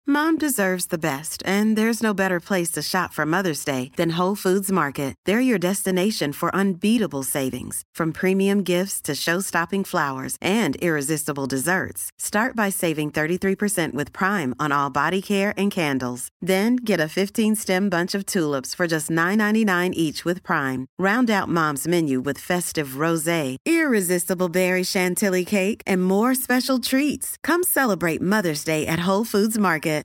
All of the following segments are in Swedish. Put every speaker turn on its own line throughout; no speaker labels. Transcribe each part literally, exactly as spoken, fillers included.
Mom deserves the best, and there's no better place to shop for Mother's Day than Whole Foods Market. They're your destination for unbeatable savings, from premium gifts to show-stopping flowers and irresistible desserts. Start by saving thirty-three percent with Prime on all body care and candles. Then get a fifteen-stem bunch of tulips for just nine ninety-nine each with Prime. Round out Mom's menu with festive rosé, irresistible berry chantilly cake, and more special treats. Come celebrate Mother's Day at Whole Foods Market.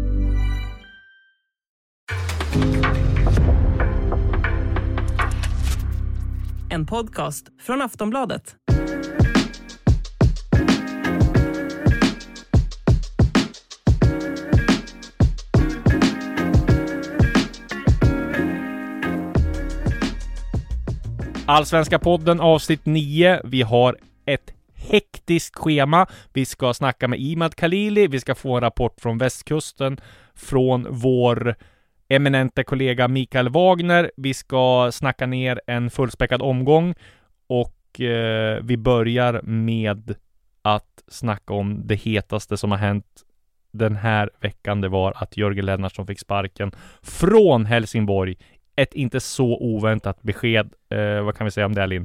En podcast från Aftonbladet.
Allsvenska podden avsnitt nio. Vi har ett hektiskt schema. Vi ska snacka med Imad Khalili. Vi ska få en rapport från västkusten från vår eminenta kollega Mikael Wagner. Vi ska snacka ner en fullspäckad omgång och eh, vi börjar med att snacka om det hetaste som har hänt den här veckan. Det var att Jörgen Lennartsson fick sparken från Helsingborg. Ett inte så oväntat besked. Eh, vad kan vi säga om det, Linn?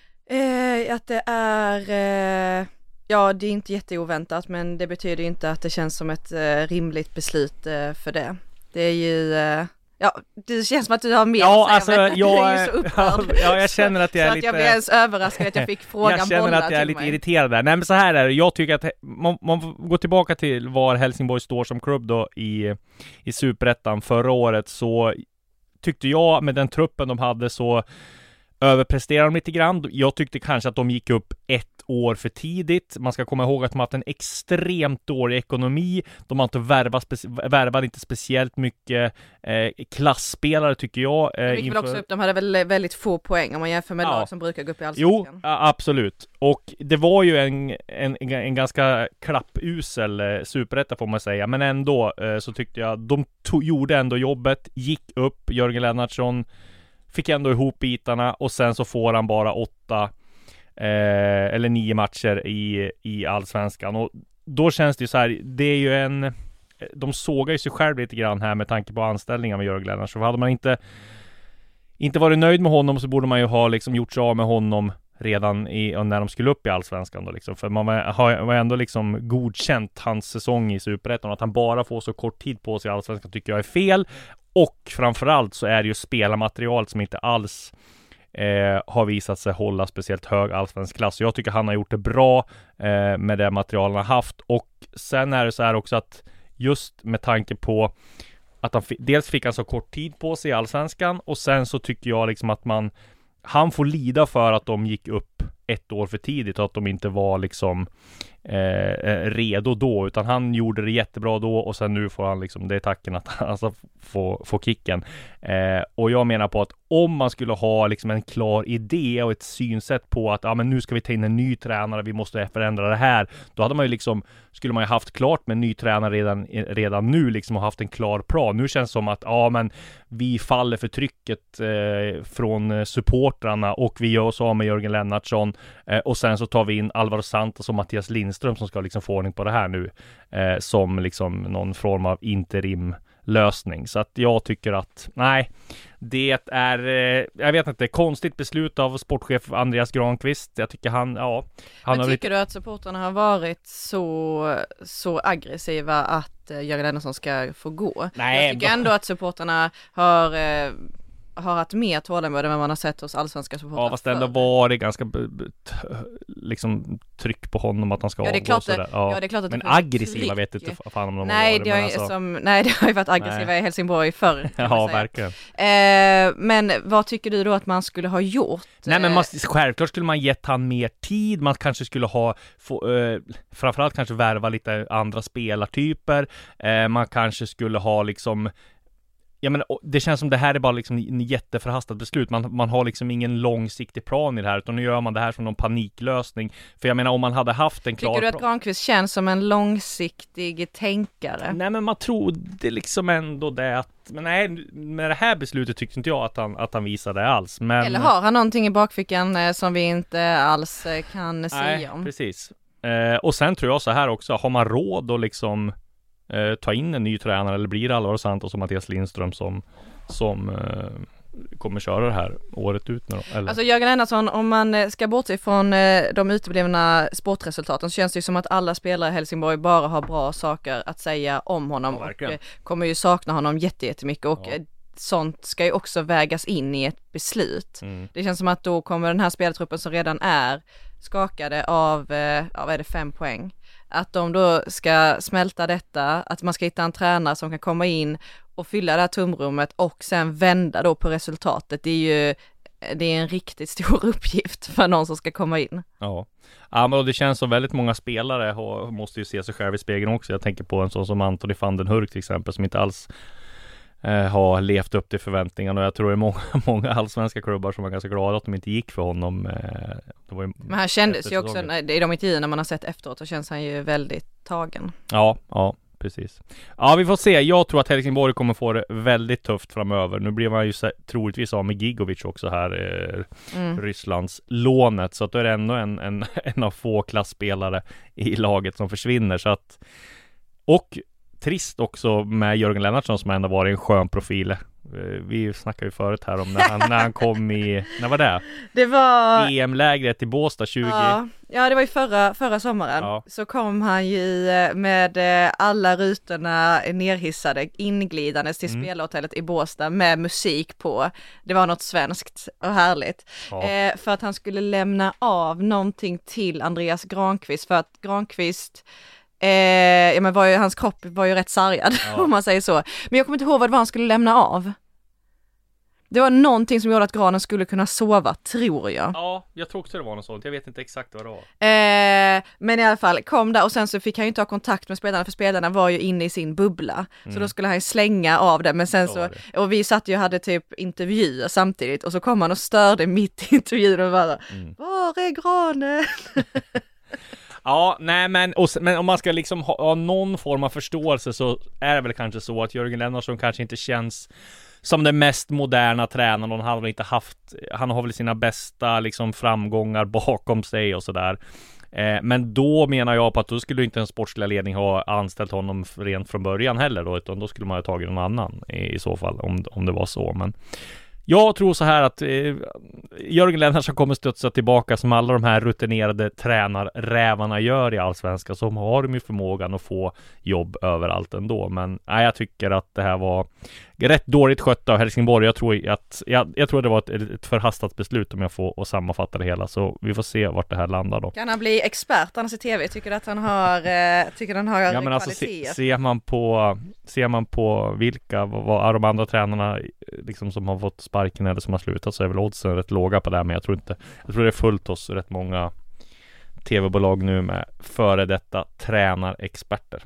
Eh, att det är... Eh, ja, det är inte jätteoväntat, men det betyder inte att det känns som ett eh, rimligt beslut eh, för det. Det är ju... Eh, ja, det känns som att du har mer
ja,
att säga,
alltså,
men
jag,
du är ju så upprörd.
Ja, jag känner att jag är
så
lite...
Så att jag blev ens överraskad att jag fick frågan
Jag känner att jag är lite mig. irriterad där. Nej, men så här är det. Jag tycker att man, man får gå tillbaka till var Helsingborg står som klubb då i, i Superettan förra året, så tyckte jag med den truppen de hade så överpresterade de lite grann. Jag tyckte kanske att de gick upp ett år för tidigt. Man ska komma ihåg att de har haft en extremt dålig ekonomi. De har inte värvat, speci- värvat inte speciellt mycket eh, klassspelare, tycker jag. Eh,
de gick inför... väl också upp, de hade väl väldigt få poäng om man jämför med ja. lag som brukar gå upp i Allsvenskan.
Jo, absolut. Och det var ju en, en, en ganska klappusel eh, superetta får man säga. Men ändå eh, så tyckte jag de to- gjorde ändå jobbet, gick upp. Jörgen Lennartsson fick ändå ihop bitarna och sen så får han bara åtta eh, eller nio matcher i, i Allsvenskan. Och då känns det ju så här, det är ju en... De sågar ju sig själv lite grann här med tanke på anställningar med Jörgen Lennartsson. För hade man inte, inte varit nöjd med honom så borde man ju ha liksom gjort sig av med honom redan i, när de skulle upp i Allsvenskan då liksom. För man var, var ändå liksom godkänt hans säsong i Superettan. Att han bara får så kort tid på sig i Allsvenskan tycker jag är fel. Och framförallt så är det ju spelarmaterial som inte alls eh, har visat sig hålla speciellt hög allsvensk klass. Så jag tycker han har gjort det bra eh, med det material han har haft. Och sen är det så här också att just med tanke på att han f- dels fick han så kort tid på sig i Allsvenskan, och sen så tycker jag liksom att man han får lida för att de gick upp ett år för tidigt och att de inte var liksom eh, redo då, utan han gjorde det jättebra då och sen nu får han liksom, det är tacken att han alltså få, få kicken. Eh, och jag menar på att om man skulle ha liksom en klar idé och ett synsätt på att ja, men nu ska vi ta in en ny tränare, vi måste förändra det här, då hade man ju liksom, skulle man ju haft klart med en ny tränare redan, redan nu liksom och haft en klar plan. Nu känns det som att ja, men vi faller för trycket eh, från supportrarna och vi gör så med Jörgen Lennartsson eh, och sen så tar vi in Alvaro Santos och Mattias Lindström som ska liksom få ordning på det här nu eh, som liksom någon form av interim lösning. Så att jag tycker att nej, det är eh, jag vet inte, konstigt beslut av sportchef Andreas Granqvist. Jag tycker han, ja han
Men
har
tycker lite... du att supporterna har varit så så aggressiva att eh, Jörgen Lennartsson ska få gå?
Nej,
jag tycker
då...
ändå att supporterna har eh, har haft mer tålamod än vad man har sett hos allsvenska supportrar.
Ja, fast det ändå var det ganska b- b- t- liksom tryck på honom att han ska
ja, det är
avgå
klart
sådär.
det,
Ja.
ja, det är klart att
men
det
aggressiva vet inte fan om de
nej,
har varit.
Det har
alltså...
som, nej, det har ju varit aggressiva nej. i Helsingborg förr.
Ja, verkligen.
Eh, men vad tycker du då att man skulle ha gjort?
Nej, men man, självklart skulle man gett han mer tid. Man kanske skulle ha, få, eh, framförallt kanske värva lite andra spelartyper. Eh, man kanske skulle ha liksom ja, men det känns som det här är bara liksom en jätteförhastat beslut. Man, man har liksom ingen långsiktig plan i det här, utan nu gör man det här som någon paniklösning. För jag menar, om man hade haft en klar...
Tycker du att Granqvist känns som en långsiktig tänkare?
Nej, men man tror det liksom ändå det att... Men nej, med det här beslutet tyckte inte jag att han, att han visade alls. Men...
Eller har han någonting i bakfickan eh, som vi inte alls eh, kan
nej,
säga om?
Precis. Eh, och sen tror jag så här också, har man råd att liksom... eh, ta in en ny tränare, eller blir det Alvaro Santos och Mattias Lindström som, som eh, kommer köra det här året ut nu då, eller?
Alltså Jörgen Lennartsson, om man ska bortse från eh, de uteblivna sportresultaten så känns det ju som att alla spelare i Helsingborg bara har bra saker att säga om honom,
Ja,
och eh, kommer ju sakna honom jätte, jättemycket och
Ja.
eh, sånt ska ju också vägas in i ett beslut.
Mm.
Det känns som att då kommer den här spelartruppen som redan är skakade av, eh, ja, vad är det, fem poäng, att de då ska smälta detta, att man ska hitta en tränare som kan komma in och fylla det här tomrummet och sen vända då på resultatet. Det är ju det är en riktigt stor uppgift för någon som ska komma in.
Ja, ja men det känns som väldigt många spelare har, måste ju se sig själv i spegeln också. Jag tänker på en sån som Anthony van den Hurk till exempel, som inte alls eh, har levt upp till förväntningarna, och jag tror det är många, många allsvenska klubbar som var ganska glada att de inte gick för honom. Eh, det var ju
Men han kändes ju också, nej, i de intervjuerna man har sett efteråt, så känns han ju väldigt tagen.
Ja, ja, precis. Ja, vi får se. Jag tror att Helsingborg kommer få det väldigt tufft framöver. Nu blir man ju troligtvis av med Gigovic också här, eh,
Mm.
Rysslands lånet. Så att då är det ändå en, en, en av få klassspelare i laget som försvinner. Så att, och trist också med Jörgen Lennartsson som ändå varit en skön profil. Vi snackade ju förut här om när han, när han kom i, när var det?
Det var
E M-lägret i Båstad tjugo.
Ja, ja, det var ju förra, förra sommaren.
Ja.
Så kom han ju med eh, alla rutorna nerhissade, inglidandes till
Mm.
spelarhotellet i Båstad med musik på. Det var något svenskt och härligt.
Ja.
Eh, för att han skulle lämna av någonting till Andreas Granqvist, för att Granqvist Eh, ja men var ju, hans kropp var ju rätt sargad
Ja.
om man säger så. Men jag kommer inte ihåg vad det var han skulle lämna av. Det var någonting som gjorde att Granen skulle kunna sova, tror jag.
Ja, jag tror också det var något sånt. Jag vet inte exakt vad det var.
Eh, men i alla fall, kom där och sen så fick han ju inte ha kontakt med spelarna, för spelarna var ju inne i sin bubbla. Så
Mm.
då skulle han ju slänga av det, men sen
Så
så,
var det.
och vi satt ju och hade typ intervjuer samtidigt, och så kom han och störde mitt i intervjun och bara,
Mm.
var är Granen?
Ja, nej men, och, men om man ska liksom ha, ha någon form av förståelse, så är det väl kanske så att Jörgen Lennartsson kanske inte känns som den mest moderna tränaren. Han har väl inte haft, han har väl sina bästa liksom framgångar bakom sig och sådär. Eh, men då menar jag på att då skulle inte en sportsliga ledning ha anställt honom rent från början heller då, utan då skulle man ha tagit någon annan i, i så fall, om, om det var så. Men jag tror så här att eh, Jörgen Lennartsson kommer studsa tillbaka som alla de här rutinerade tränarrävarna gör i Allsvenskan, som har de ju förmågan att få jobb överallt ändå. Men nej, jag tycker att det här var rätt dåligt skött av Helsingborg. Jag tror att jag, jag tror det var ett, ett förhastat beslut, om jag får och sammanfatta det hela. Så vi får se vart det här landar då.
Kan han bli expert annars i tv? Tycker du att han har, eh, tycker han har
Ja, men alltså se, ser man på ser man på vilka vad, vad de andra tränarna liksom som har fått sparken eller som har slutat, så är väl oddsen rätt låga på det här. Men jag tror inte, jag tror det är fullt hos rätt många tv-bolag nu med före detta tränarexperter.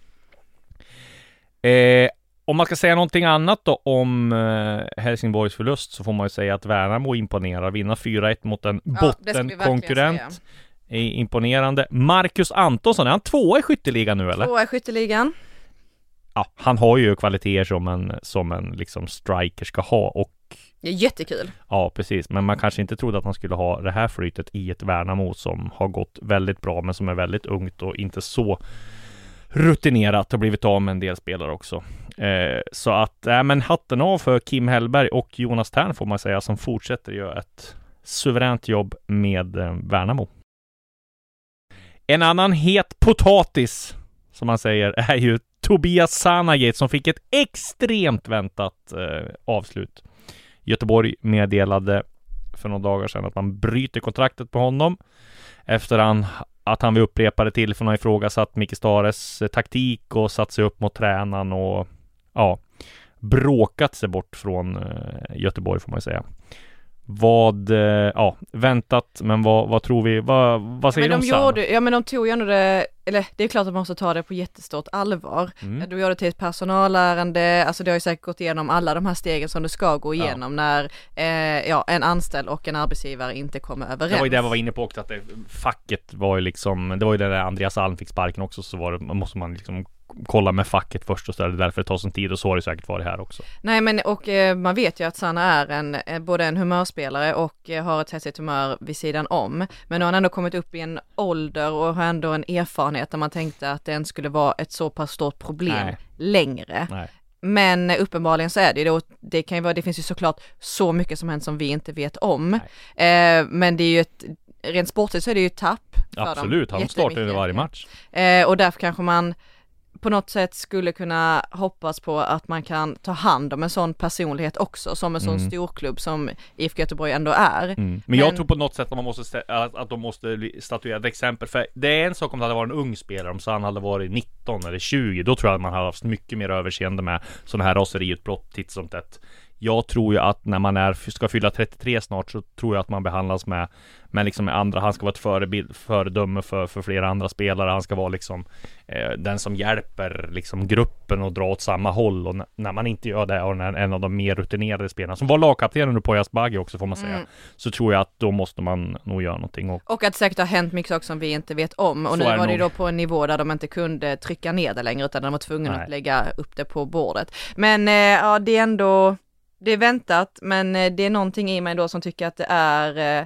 Eh, om man ska säga någonting annat då om eh, Helsingborgs förlust, så får man ju säga att Värnamo imponerar. Vinna fyra ett mot en
Ja, det ska vi verkligen
bottenkonkurrent. Är imponerande. Marcus Antonsson, är han tvåa i skytteligan nu eller?
Tvåa i skytteligan.
Ja, han har ju kvaliteter som en, som en liksom striker ska ha, och
Det är jättekul.
ja, precis. Men man kanske inte trodde att han skulle ha det här flytet i ett Värnamo som har gått väldigt bra, men som är väldigt ungt och inte så rutinerat och blivit av med en del spelare också. Eh, så att, äh, men hatten av för Kim Hellberg och Jonas Tern får man säga, som fortsätter göra ett suveränt jobb med eh, Värnamo. En annan het potatis, som man säger, är ju Tobias Sanagate, som fick ett extremt väntat eh, avslut. Göteborg meddelade för några dagar sedan att man bryter kontraktet på honom efter han, att han vid upprepade tillfällen har ifrågasatt Micke Stares eh, taktik och satt sig upp mot tränaren och ja, bråkat sig bort från eh, Göteborg, får man säga. Vad, eh, ja, väntat, men vad, vad tror vi, vad, vad säger
men
de
de
om
gjorde, ja men de tog ju ändå det, eller det är klart att man måste ta det på jättestort allvar.
Mm.
Du gör det till ett personalärende, alltså det har ju säkert gått igenom alla de här stegen som du ska gå igenom ja. när eh, ja, en anställd och en arbetsgivare inte kommer överens.
Det var ju det jag var inne på också, att det, facket var ju liksom, det var ju det där Andreas Alm fick sparken också, så var det, måste man liksom kolla med facket först och så är det därför det tar sån tid, och så har det säkert varit här också.
Nej, men och eh, man vet ju att Sanna är en, eh, både en humörspelare och eh, har ett hetsigt humör vid sidan om, men nu har han ändå kommit upp i en ålder och har ändå en erfarenhet där man tänkte att den skulle vara ett så pass stort problem
Nej.
längre.
Nej.
Men uppenbarligen så är det då, det kan ju vara, det finns ju såklart så mycket som hänt som vi inte vet om. Eh, men det är ju ett, rent sportligt så är det ju ett tapp för
Absolut,
dem.
han startar ju varje match.
Eh, och därför kanske man på något sätt skulle kunna hoppas på att man kan ta hand om en sån personlighet också, som en sån
Mm.
storklubb som I F K Göteborg ändå är.
Mm. Men, Men jag tror på något sätt att man måste stä- att, att de måste statuera ett exempel, för det är en sak om det hade varit en ung spelare, om så han hade varit nitton eller tjugo, då tror jag att man hade haft mycket mer överseende med sådana här raseriutbrott titt som tätt. Jag tror ju att när man är, ska fylla trettiotre snart, så tror jag att man behandlas med, med liksom med andra, han ska vara ett förebild, föredöme för, för flera andra spelare, han ska vara liksom eh, den som hjälper liksom gruppen och dra åt samma håll, och n- när man inte gör det, och när en av de mer rutinerade spelarna som var lagkaptenen nu på Jasbagi också får man säga,
Mm.
så tror jag att då måste man nog göra någonting. Och,
Och att det säkert har hänt mycket saker som vi inte vet om, och
Så
nu
är
var det
nog.
då på en nivå där de inte kunde trycka ner det längre, utan de var tvungna
Nej.
att lägga upp det på bordet. Men eh, ja, det är ändå, det är väntat, men eh, det är någonting i mig då som tycker att det är eh,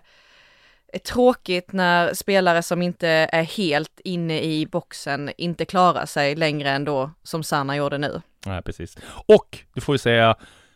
är tråkigt när spelare som inte är helt inne i boxen inte klarar sig längre än då som Sanna gjorde nu.
nej, precis. Och du får ju säga,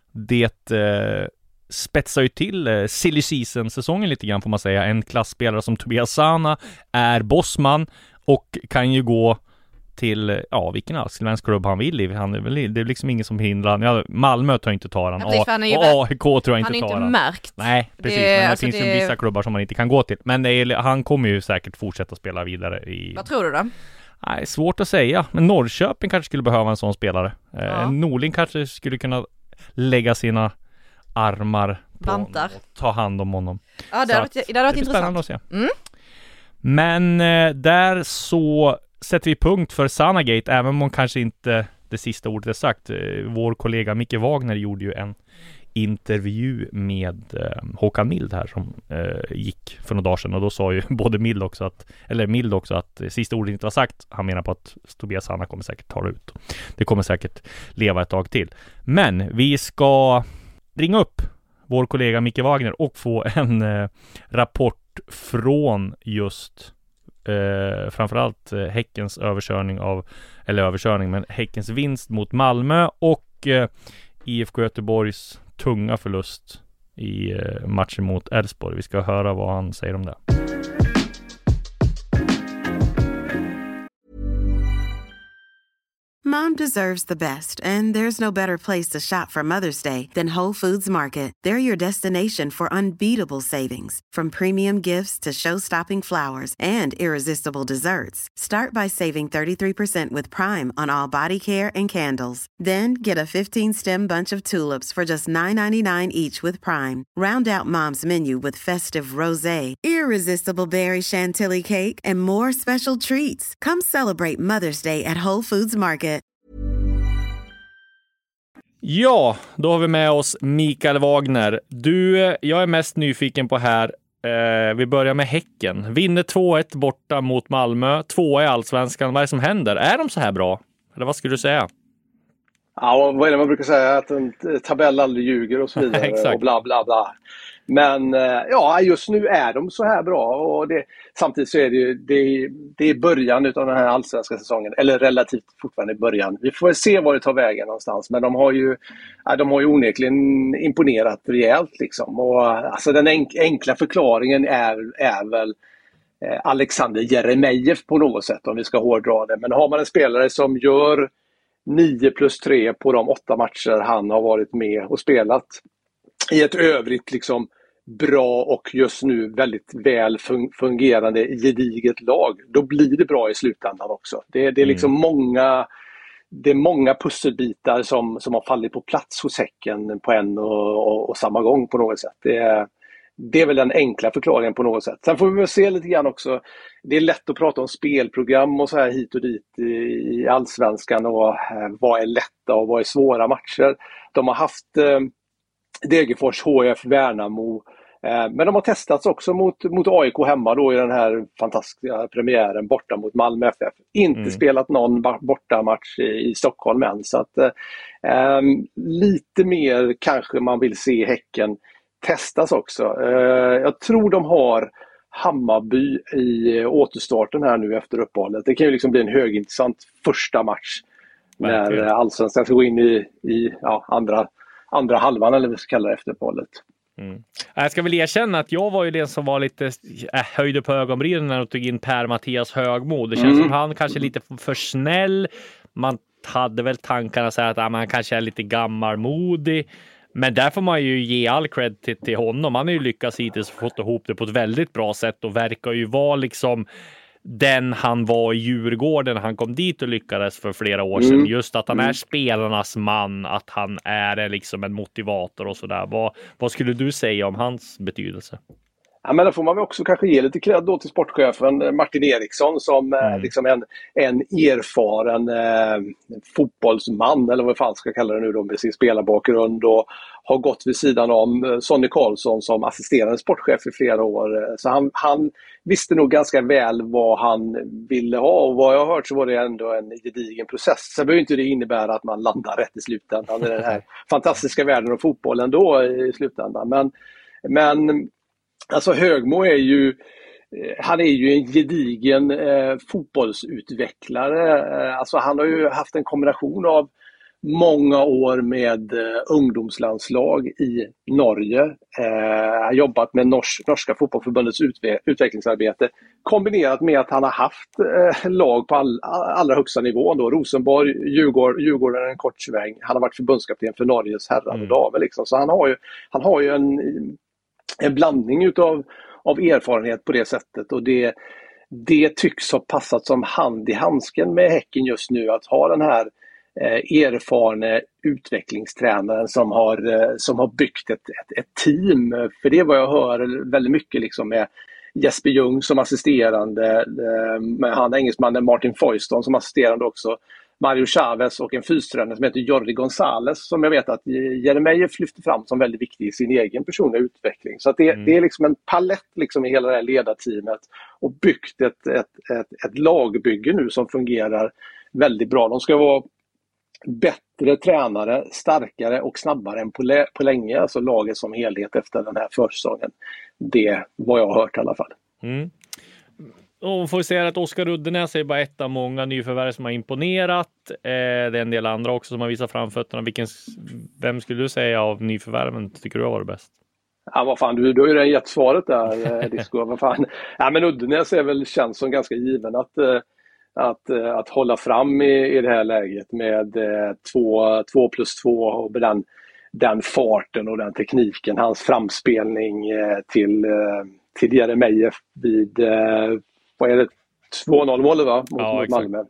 det eh, spetsar ju till eh, silly season-säsongen lite grann får man säga. En klassspelare som Tobias Sana är bossman och kan ju gå till, ja, vilken allsvensk klubb han vill i. Han är väl, det är liksom ingen som hindrar. Ja, Malmö tar inte tar han.
Ja, precis, för han är ju
och
väl-
A I K tror jag
Han
inte
är
tar
inte
han.
märkt.
Nej, precis.
Det-
men det
alltså
finns
det-
ju vissa klubbar som man inte kan gå till. Men det är, han kommer ju säkert fortsätta spela vidare i...
Vad tror du då?
Nej, svårt att säga. Men Norrköping kanske skulle behöva en sån spelare.
Ja.
Eh, Norling kanske skulle kunna lägga sina armar på
Bantar.
honom och ta hand om honom.
Ja, det
Så
hade
att
varit, det hade varit
det blir spännande
intressant.
att se.
Mm.
Men eh, där så sätter vi punkt för Sanagate, även om kanske inte det sista ordet är sagt. Eh, vår kollega Micke Wagner gjorde ju en intervju med eh, Håkan Mild här som eh, gick för några dagar sedan, och då sa ju både Mild också att, eller Mild också att eh, sista ordet inte var sagt. Han menar på att Tobias Sanna kommer säkert ta det ut. Det kommer säkert leva ett tag till. Men vi ska ringa upp vår kollega Micke Wagner och få en eh, rapport från just eh, framförallt eh, Häckens överkörning av, eller överkörning, men Häckens vinst mot Malmö och eh, I F K Göteborgs tunga förlust i eh, matchen mot Elfsborg. Vi ska höra vad han säger om det.
Mom deserves the best, and there's no better place to shop for Mother's Day than Whole Foods Market. They're your destination for unbeatable savings, from premium gifts to show-stopping flowers and irresistible desserts. Start by saving thirty-three percent with Prime on all body care and candles. Then get a fifteen-stem bunch of tulips for just nine ninety-nine each with Prime. Round out Mom's menu with festive rosé, irresistible berry chantilly cake, and more special treats. Come celebrate Mother's Day at Whole Foods Market.
Ja, då har vi med oss Mikael Wagner. Du, jag är mest nyfiken på här. Eh, vi börjar med Häcken. Vinner två ett borta mot Malmö. Två i Allsvenskan. Vad är det som händer? Är de så här bra? Eller vad skulle du säga?
Ja, vad är det man brukar säga? Att en tabell aldrig ljuger och så vidare.
Exakt.
Och bla bla bla. Men ja, just nu är de så här bra. Och det, samtidigt så är det ju det, det är början av den här allsvenska säsongen. Eller relativt fortfarande början. Vi får se var det tar vägen någonstans. Men de har ju, ja, de har ju onekligen imponerat rejält. Liksom. Och, alltså, den enk, enkla förklaringen är, är väl eh, Alexander Jeremejeff på något sätt, om vi ska hårdra det. Men har man en spelare som gör nio plus tre på de åtta matcher han har varit med och spelat i ett övrigt liksom bra och just nu väldigt väl fungerande gediget lag, då blir det bra i slutändan också. Det, det är liksom mm. många det är många pusselbitar som, som har fallit på plats hos Häcken på en och, och, och samma gång på något sätt. Det är, det är väl den enkla förklaringen på något sätt. Sen får vi väl se lite grann också. Det är lätt att prata om spelprogram och så här hit och dit i, i Allsvenskan och eh, vad är lätta och vad är svåra matcher. De har haft eh, Degerfors, H F, Värnamo, Men de har testats också mot, mot A I K hemma då i den här fantastiska premiären borta mot Malmö F F. Inte mm. spelat någon bortamatch i, i Stockholm än. Så att eh, lite mer kanske man vill se Häcken testas också. Eh, jag tror de har Hammarby i återstarten här nu efter uppehållet. Det kan ju liksom bli en högintressant första match när Allsvenskan ska gå in i, i ja, andra, andra halvan eller vad vi ska kalla det efter uppehållet.
Mm. Jag ska väl erkänna att jag var ju den som var lite äh, höjde på ögonbrynen när de tog in Per-Mattias Högmo. Det känns mm. som han kanske är lite för snäll. Man hade väl tankarna så här att äh, man kanske är lite gammalmodig. Men där får man ju ge all cred till, till honom. Han har ju lyckats hittills fått ihop det på ett väldigt bra sätt och verkar ju vara liksom den han var i Djurgården när han kom dit och lyckades för flera år sedan. Mm. Just att han är spelarnas man, att han är liksom en motivator och sådär. Vad, vad skulle du säga om hans betydelse?
Ja, men då får man väl också kanske ge lite cred då till sportchefen Martin Eriksson som mm. är liksom en, en erfaren eh, fotbollsman, eller vad fan ska jag kalla det nu då, med sin spelarbakgrund, och har gått vid sidan om Sonny Karlsson som assisterande sportchef i flera år. Så han, han visste nog ganska väl vad han ville ha, och vad jag har hört så var det ändå en gedigen process. Så behöver inte det innebära att man landar rätt i slutändan i den här fantastiska världen och fotbollen då i slutändan. Men, men alltså Högmo är ju, han är ju en gedigen eh, fotbollsutvecklare. Eh, alltså han har ju haft en kombination av många år med eh, ungdomslandslag i Norge. Eh, har jobbat med Nors- norska fotbollförbundets utve- utvecklingsarbete kombinerat med att han har haft eh, lag på all, allra högsta nivå. Då. Rosenborg, Djurgården, Djurgården en kort sväng. Han har varit förbundskapten för Norges herrar och damer. Liksom. Så han har ju, han har ju en en blandning utav, av erfarenhet på det sättet, och det, det tycks ha passat som hand i handsken med Häcken just nu, att ha den här eh, erfarne utvecklingstränaren som har, eh, som har byggt ett, ett, ett team. För det är vad jag hör väldigt mycket liksom med Jesper Ljung som assisterande, eh, med han engelsmannen Martin Foyston som assisterande också, Mario Chavez och en fystränare som heter Jordi González som jag vet att Jeremejeff lyfter fram som väldigt viktig i sin egen personliga utveckling. Så att det, mm. det är liksom en palett liksom i hela det här ledarteamet, och byggt ett, ett, ett, ett lagbygge nu som fungerar väldigt bra. De ska vara bättre tränare, starkare och snabbare än på, lä- på länge, alltså laget som helhet efter den här försäsongen. Det var jag har hört i alla fall.
Mm. Och får vi säga att Oskar Uddenäs är bara ett av många nyförvärv som har imponerat. Eh, det är en del andra också som har visat framfötterna. Vilken, vem skulle du säga av nyförvärven tycker du har varit bäst?
Ja, vad fan, du, du har ju redan gett svaret där, Disco. Vad fan. Ja, men Uddenäs är väl, känns som ganska given att, att, att hålla fram i, i det här läget med två, två plus två och med den, den farten och den tekniken. Hans framspelning till, till Jeremejeff vid vad är det, två noll målet va? Mot, ja, mot Malmö.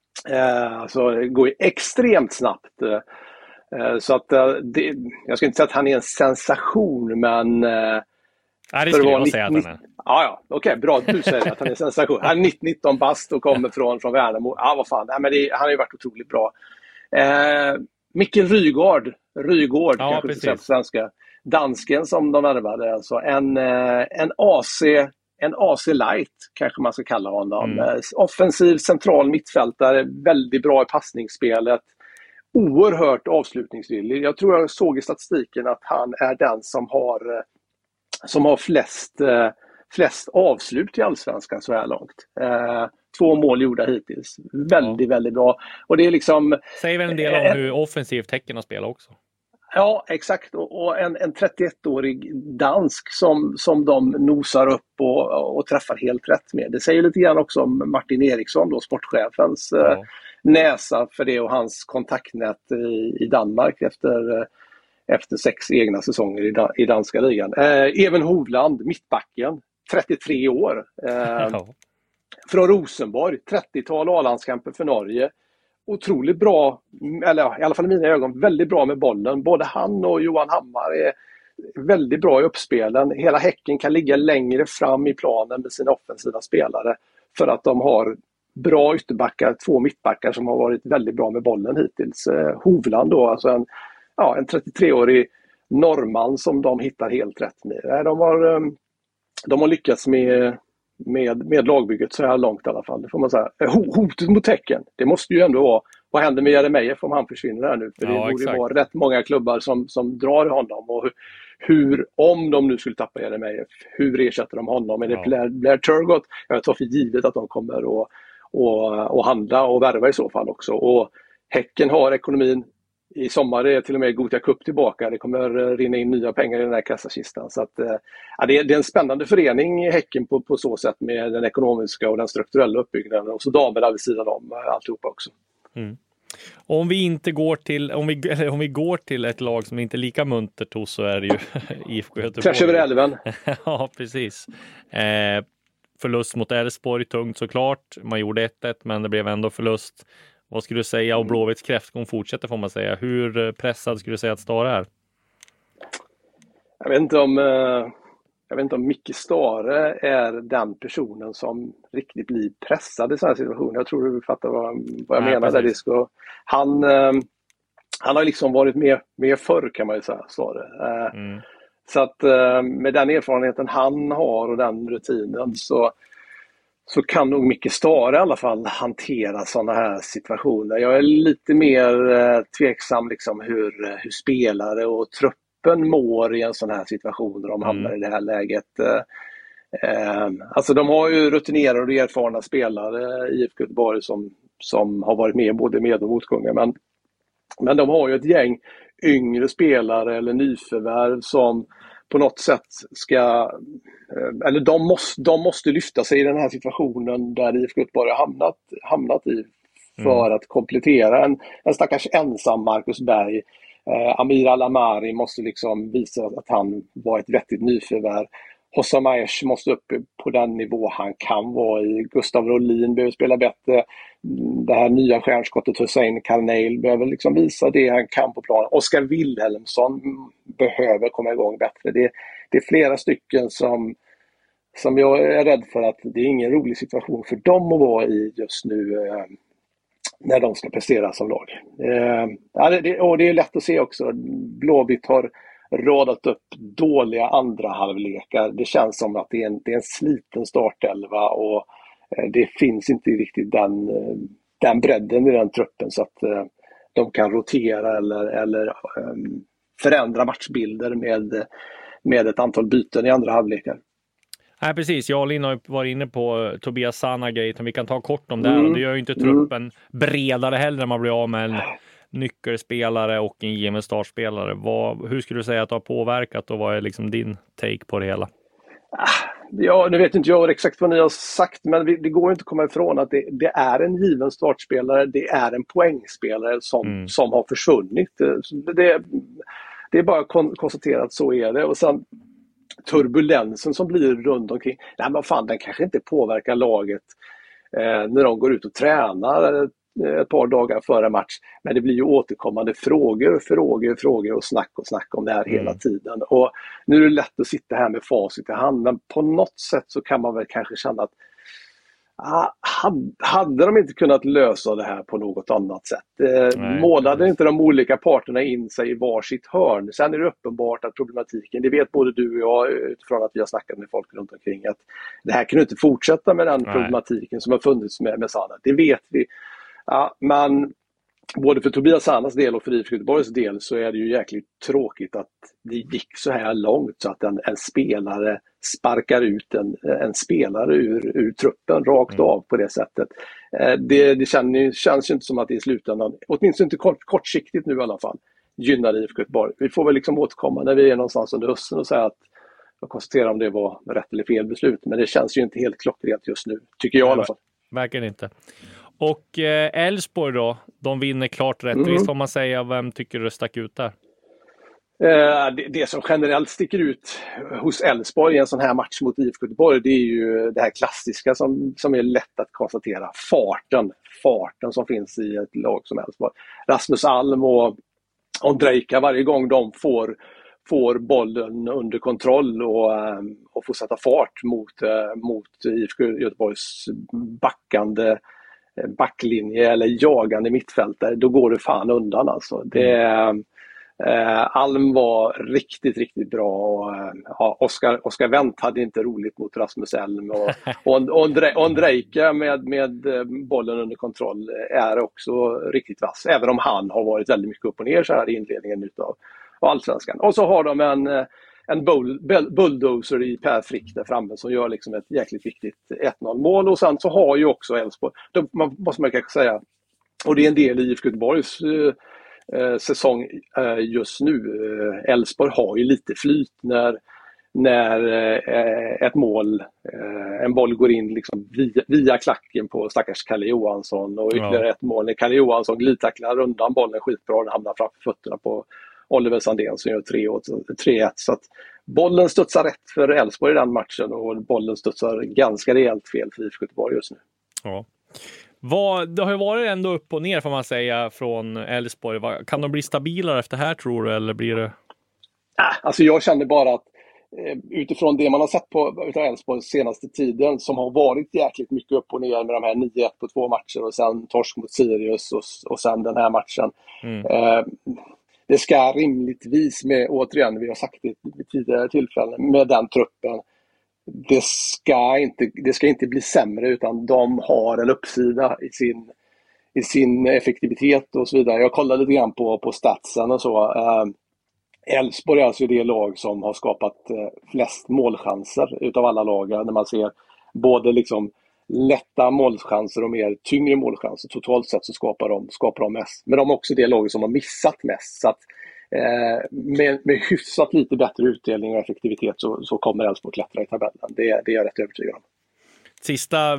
Eh, alltså det går ju extremt snabbt. Eh, så att eh, det, jag ska inte säga att han är en sensation, men eh,
ja, det skulle jag säga att han är.
Ja, ja, okej, okay, bra att du säger att han är en sensation. Han är nitton bast och kommer från, från Värnamo. Ja, vad fan, Nej, men det, han har ju varit otroligt bra. Eh, Mikkel Rygaard, Rygaard ja, kanske inte säga på svenska. Dansken som de värvade, alltså en, en A C En A C Light kanske man ska kalla honom. Mm. Offensiv central mittfältare, väldigt bra i passningsspelet. Oerhört avslutningsvillig. Jag tror jag såg i statistiken att han är den som har, som har flest, flest avslut i Allsvenskan så här långt. Två mål gjorda hittills. Väldigt, ja. väldigt bra. Och det är liksom...
Säger väl en del om hur offensivt Häcken har spelat också.
Ja, exakt. Och en, en trettioettårig dansk som, som de nosar upp och, och träffar helt rätt med. Det säger lite grann också om Martin Eriksson, då, sportchefens ja. eh, näsa för det och hans kontaktnät i, i Danmark efter, eh, efter sex egna säsonger i, da, i danska ligan. Eh, Even Hovland, mittbacken, trettiotre år. Eh, ja. Från Rosenborg, trettiotal A-landskamper för Norge. Otroligt bra, eller i alla fall i mina ögon, väldigt bra med bollen. Både han och Johan Hammar är väldigt bra i uppspelen. Hela Häcken kan ligga längre fram i planen med sina offensiva spelare för att de har bra ytterbackar, två mittbackar som har varit väldigt bra med bollen hittills. Hovland då, alltså en, ja, en trettiotre-årig norrman som de hittar helt rätt med. De har, de har lyckats med, med, med lagbygget så här långt i alla fall. Det får man säga. Hotet mot Häcken, det måste ju ändå vara, vad händer med Jeremejeff om han försvinner här nu? För det ja, borde ju vara rätt många klubbar som, som drar honom. Och hur, hur, om de nu skulle tappa Jeremejeff, hur ersätter de honom? Är det ja. Blair, Blair Turgott? Jag tar för givet att de kommer att och, och handla och värva i så fall också. Och Häcken har ekonomin. I sommar är till och med Gothia Cup tillbaka. Det kommer rinna in nya pengar i den här kassakistan. Så att, ja, det, är, det är en spännande förening i Häcken på, på så sätt med den ekonomiska och den strukturella uppbyggnaden. Och så damerna vid sidan om alltihopa också.
Mm. Om vi inte går till om vi, eller om vi går till ett lag som inte är lika muntert hos, så är det ju I F K Göteborg.
Tvärs över älven.
Ja, precis. Eh, förlust mot Elfsborg, tungt såklart. Man gjorde ett ett, men det blev ändå förlust. Vad skulle du säga? Och Blåvitts kräftgång fortsätter, får man säga. Hur pressad skulle du säga att Stare är?
Jag vet inte om jag vet inte om Micke Stare är den personen som riktigt blir pressad i sådana här situationer. Jag tror du fattar vad, vad jag Nej, menar där, Disco. Han, han har liksom varit med, med förr, kan man ju säga, Stare. Mm. Så att med den erfarenheten han har och den rutinen så så kan nog Micke Stare i alla fall hantera sådana här situationer. Jag är lite mer eh, tveksam liksom hur, hur spelare och truppen mår i en sån här situation när de hamnar mm. i det här läget. Eh, alltså de har ju rutinerade och erfarna spelare i I F K Göteborg som, som har varit med både med och motgångar. Men, men de har ju ett gäng yngre spelare eller nyförvärv som på något sätt ska, eller de måste, de måste lyfta sig i den här situationen där I F K Göteborg har hamnat, hamnat i för mm. att komplettera en, en stackars ensam Marcus Berg. Eh, Amir Al-Amari måste liksom visa att han var ett vettigt nyförvärv. Hossam Aiesh måste upp på den nivå han kan vara i. Gustav Rolin behöver spela bättre. Det här nya stjärnskottet Hussein Karneil behöver liksom visa det han kan på planen. Oskar Wilhelmsson behöver komma igång bättre. Det, det är flera stycken som, som jag är rädd för att det är ingen rolig situation för dem att vara i just nu eh, när de ska prestera som lag. Eh, ja, det, och det är lätt att se också. Blåvitt har radat upp dåliga andra halvlekar. Det känns som att det är en, det är en sliten startelva och eh, det finns inte riktigt den, eh, den bredden i den truppen så att eh, de kan rotera eller, eller eh, förändra matchbilder med, med ett antal byten i andra halvlekar.
Nej, precis. Jag och Linn har varit inne på Tobias Sana-grejen. Vi kan ta kort om det här. Mm. Och det gör ju inte truppen mm. bredare heller när man blir av med en nyckelspelare och en given startspelare. Vad, hur skulle du säga att det har påverkat och vad är liksom din take på det hela?
Ja, nu vet inte jag exakt vad ni har sagt, men det går inte att komma ifrån att det, det är en given startspelare, det är en poängspelare som, mm. som har försvunnit. Det, det är bara kon- konstaterat att så är det. Och sen turbulensen som blir runt omkring. Nej, men fan, den kanske inte påverkar laget eh, när de går ut och tränar ett par dagar före match. Men det blir ju återkommande frågor, frågor, frågor och snack och snack om det här mm. hela tiden. Och nu är det lätt att sitta här med facit i hand, men på något sätt så kan man väl kanske känna att ah, hade de inte kunnat lösa det här på något annat sätt? Eh, Nej, målade inte de olika parterna in sig i varsitt hörn? Sen är det uppenbart att problematiken, det vet både du och jag utifrån att vi har snackat med folk runt omkring, att det här kan inte fortsätta med den Nej. problematiken som har funnits med, med Sana. Det vet vi. Ja, men både för Tobias Sanas del och för I F K Göteborgs del så är det ju jäkligt tråkigt att det gick så här långt så att en, en spelare sparkar ut en, en spelare ur, ur truppen rakt mm. av på det sättet. Eh, det det känns, känns ju inte som att det i slutändan, åtminstone inte kort, kortsiktigt nu i alla fall, gynnar I F K Göteborg. Vi får väl liksom återkomma när vi är någonstans under hösten och säga att jag konstaterar om det var rätt eller fel beslut, men det känns ju inte helt klockrent just nu, tycker jag i alla fall.
Verkligen inte. Och Elfsborg då, de vinner klart rättvist mm. får man säga. Vem tycker du stack ut där?
Eh, det, det som generellt sticker ut hos Elfsborg i en sån här match mot I F K Göteborg, det är ju det här klassiska som, som är lätt att konstatera. Farten, farten som finns i ett lag som Elfsborg. Rasmus Alm och Ondrejka, varje gång de får, får bollen under kontroll och, och får sätta fart mot, mot I F K Göteborgs backande backlinje eller jagande mittfältare, då går det fan undan alltså. Det, Eh, Alm var riktigt, riktigt bra. Och, eh, ja, Oskar, Oskar Wendt hade inte roligt mot Rasmus Elm. Och, och, och, Ondre, Ondrejka med, med bollen under kontroll är också riktigt vass. Även om han har varit väldigt mycket upp och ner så här i inledningen utav Allsvenskan. Och så har de en, en bull, bulldozer i Per Frick där framme som gör liksom ett jäkligt viktigt ett noll mål. Och sen så har ju också Elfsborg, man måste man kanske säga, och det är en del i I F K Göteborgs eh, säsong eh, just nu. Elfsborg har ju lite flyt när, när eh, ett mål, eh, en boll går in liksom via, via klacken på stackars Kalle Johansson och ytterligare ja. ett mål när Kalle Johansson glidtacklar undan bollen skitbra och hamnar framför fötterna på Oliver Sandén som gör tre ett. Så att bollen studsar rätt för Elfsborg i den matchen och bollen studsar ganska rejält fel för I F K Göteborg just nu.
Ja. Vad, det har ju varit ändå upp och ner får man säga från Elfsborg. Kan de bli stabilare efter här tror du eller blir det?
Äh, alltså jag känner bara att eh, utifrån det man har sett på utav Elfsborg senaste tiden som har varit jäkligt mycket upp och ner med de här nio ett på två matcher och sen torsk mot Sirius och, och sen den här matchen. Mm. Eh, det ska rimligtvis med, återigen vi har sagt det vid tidigare tillfällen, med den truppen det ska inte, det ska inte bli sämre utan de har en uppsida i sin, i sin effektivitet och så vidare. Jag kollade lite grann på, på statsen och så. Elfsborg är alltså det lag som har skapat flest målchanser utav alla lag när man ser både liksom lätta målchanser och mer tyngre målchanser. Totalt sett så skapar de, skapar de mest. Men de är också det laget som har missat mest. Så att Eh, med, med hyfsat lite bättre utdelning och effektivitet så, så kommer Elfsborg klättra i tabellen. Det, det är jag rätt övertygad om.
Sista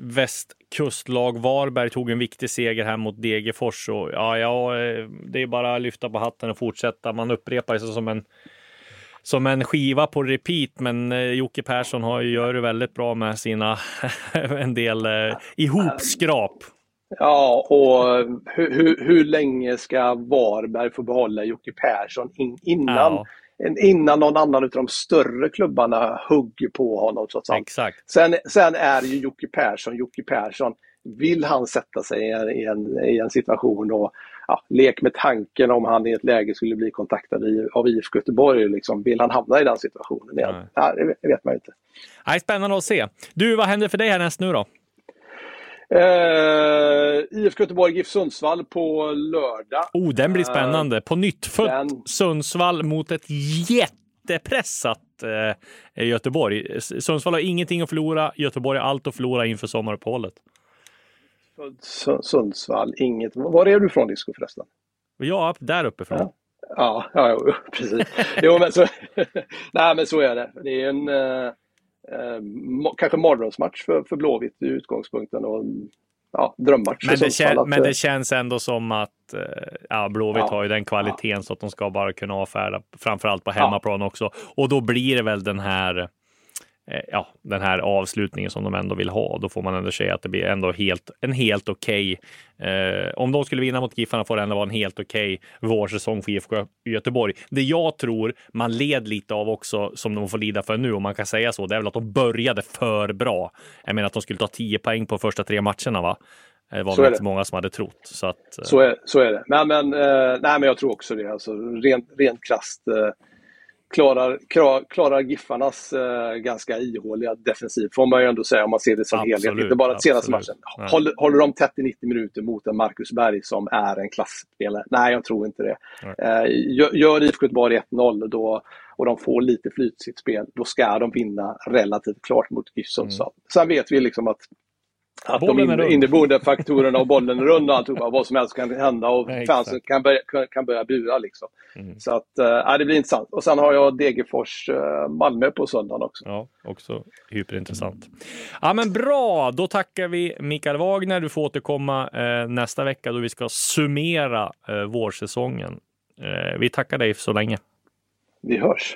västkustlag Varberg tog en viktig seger här mot Degerfors och ja, ja, det är bara att lyfta på hatten och fortsätta. Man upprepar sig som en som en skiva på repeat, men eh, Jocke Persson har ju gör det väldigt bra med sina en del eh, ihopskrap.
Ja, och hur, hur, hur länge ska Varberg få behålla Jocke Persson in, innan, ja. innan någon annan av de större klubbarna hugger på honom? Så att säga.
Exakt.
Sen, sen är ju Jocke Persson, Jocke Persson, vill han sätta sig i en, i en, i en situation och ja, lek med tanken om han i ett läge skulle bli kontaktad i, av I F K Göteborg, liksom, vill han hamna i den situationen igen? Nej. Ja, det vet man inte.
Nej, spännande att se. Du, vad händer för dig härnäst nu då?
Uh, I F K Göteborg, GIF Sundsvall på lördag.
Oh, den blir spännande. På nyttfött den... Sundsvall mot ett jättepressat uh, Göteborg. Sundsvall har ingenting att förlora. Göteborg har allt att förlora inför sommaruppehållet.
Sundsvall, inget. Var är du från, Disco förresten?
Ja, där uppifrån.
Ja, ja, ja precis. Jo, men så, nej, men så är det. Det är en... Uh... Eh, kanske mardrömsmatch för, för Blåvitt i utgångspunkten och ja, drömmatch.
Men det, kän, att, men det känns ändå som att eh, ja, Blåvitt ja, har ju den kvaliteten ja. Så att de ska bara kunna avfärda framförallt på hemmaplan ja. Också. Och då blir det väl den här eh, ja, den här avslutningen som de ändå vill ha. Då får man ändå säga att det blir ändå helt, en helt okej eh, om de skulle vinna mot Giffarna får det ändå vara en helt okej vårsäsong för I F K Göteborg. Det jag tror man led lite av också som de får lida för nu, om man kan säga så, det är väl att de började för bra. Jag menar att de skulle ta tio poäng på första tre matcherna, va? Det var väl inte många som hade trott. Så, att,
så, är, så är det. Nej men, eh, nej, men jag tror också det. Alltså, rent, rent krasst eh, klarar, klarar, klarar Giffarnas eh, ganska ihåliga defensiv, får man ju ändå säga om man ser det som absolut, helhet. Inte bara senaste matchen. Håller, håller de trettio till nittio minuter mot en Marcus Berg som är en klassspelare? Nej, jag tror inte det. Eh, gör, gör I F K Göteborg ett noll då, och de får lite flyt i sitt spel, då ska de vinna relativt klart mot GIF Sundsvall. Mm. Sen vet vi liksom att Att bollen de inneboende faktorerna och bollen är rund och allt, vad som helst kan hända och nej, fansen kan börja, kan börja bura liksom. Mm. Så att, äh, det blir intressant. Och sen har jag Degerfors äh, Malmö på söndagen också.
Ja, också hyperintressant. Ja, men bra, då tackar vi Mikael Wagner. Du får återkomma äh, nästa vecka då vi ska summera äh, vårsäsongen. Äh, vi tackar dig så länge.
Vi hörs.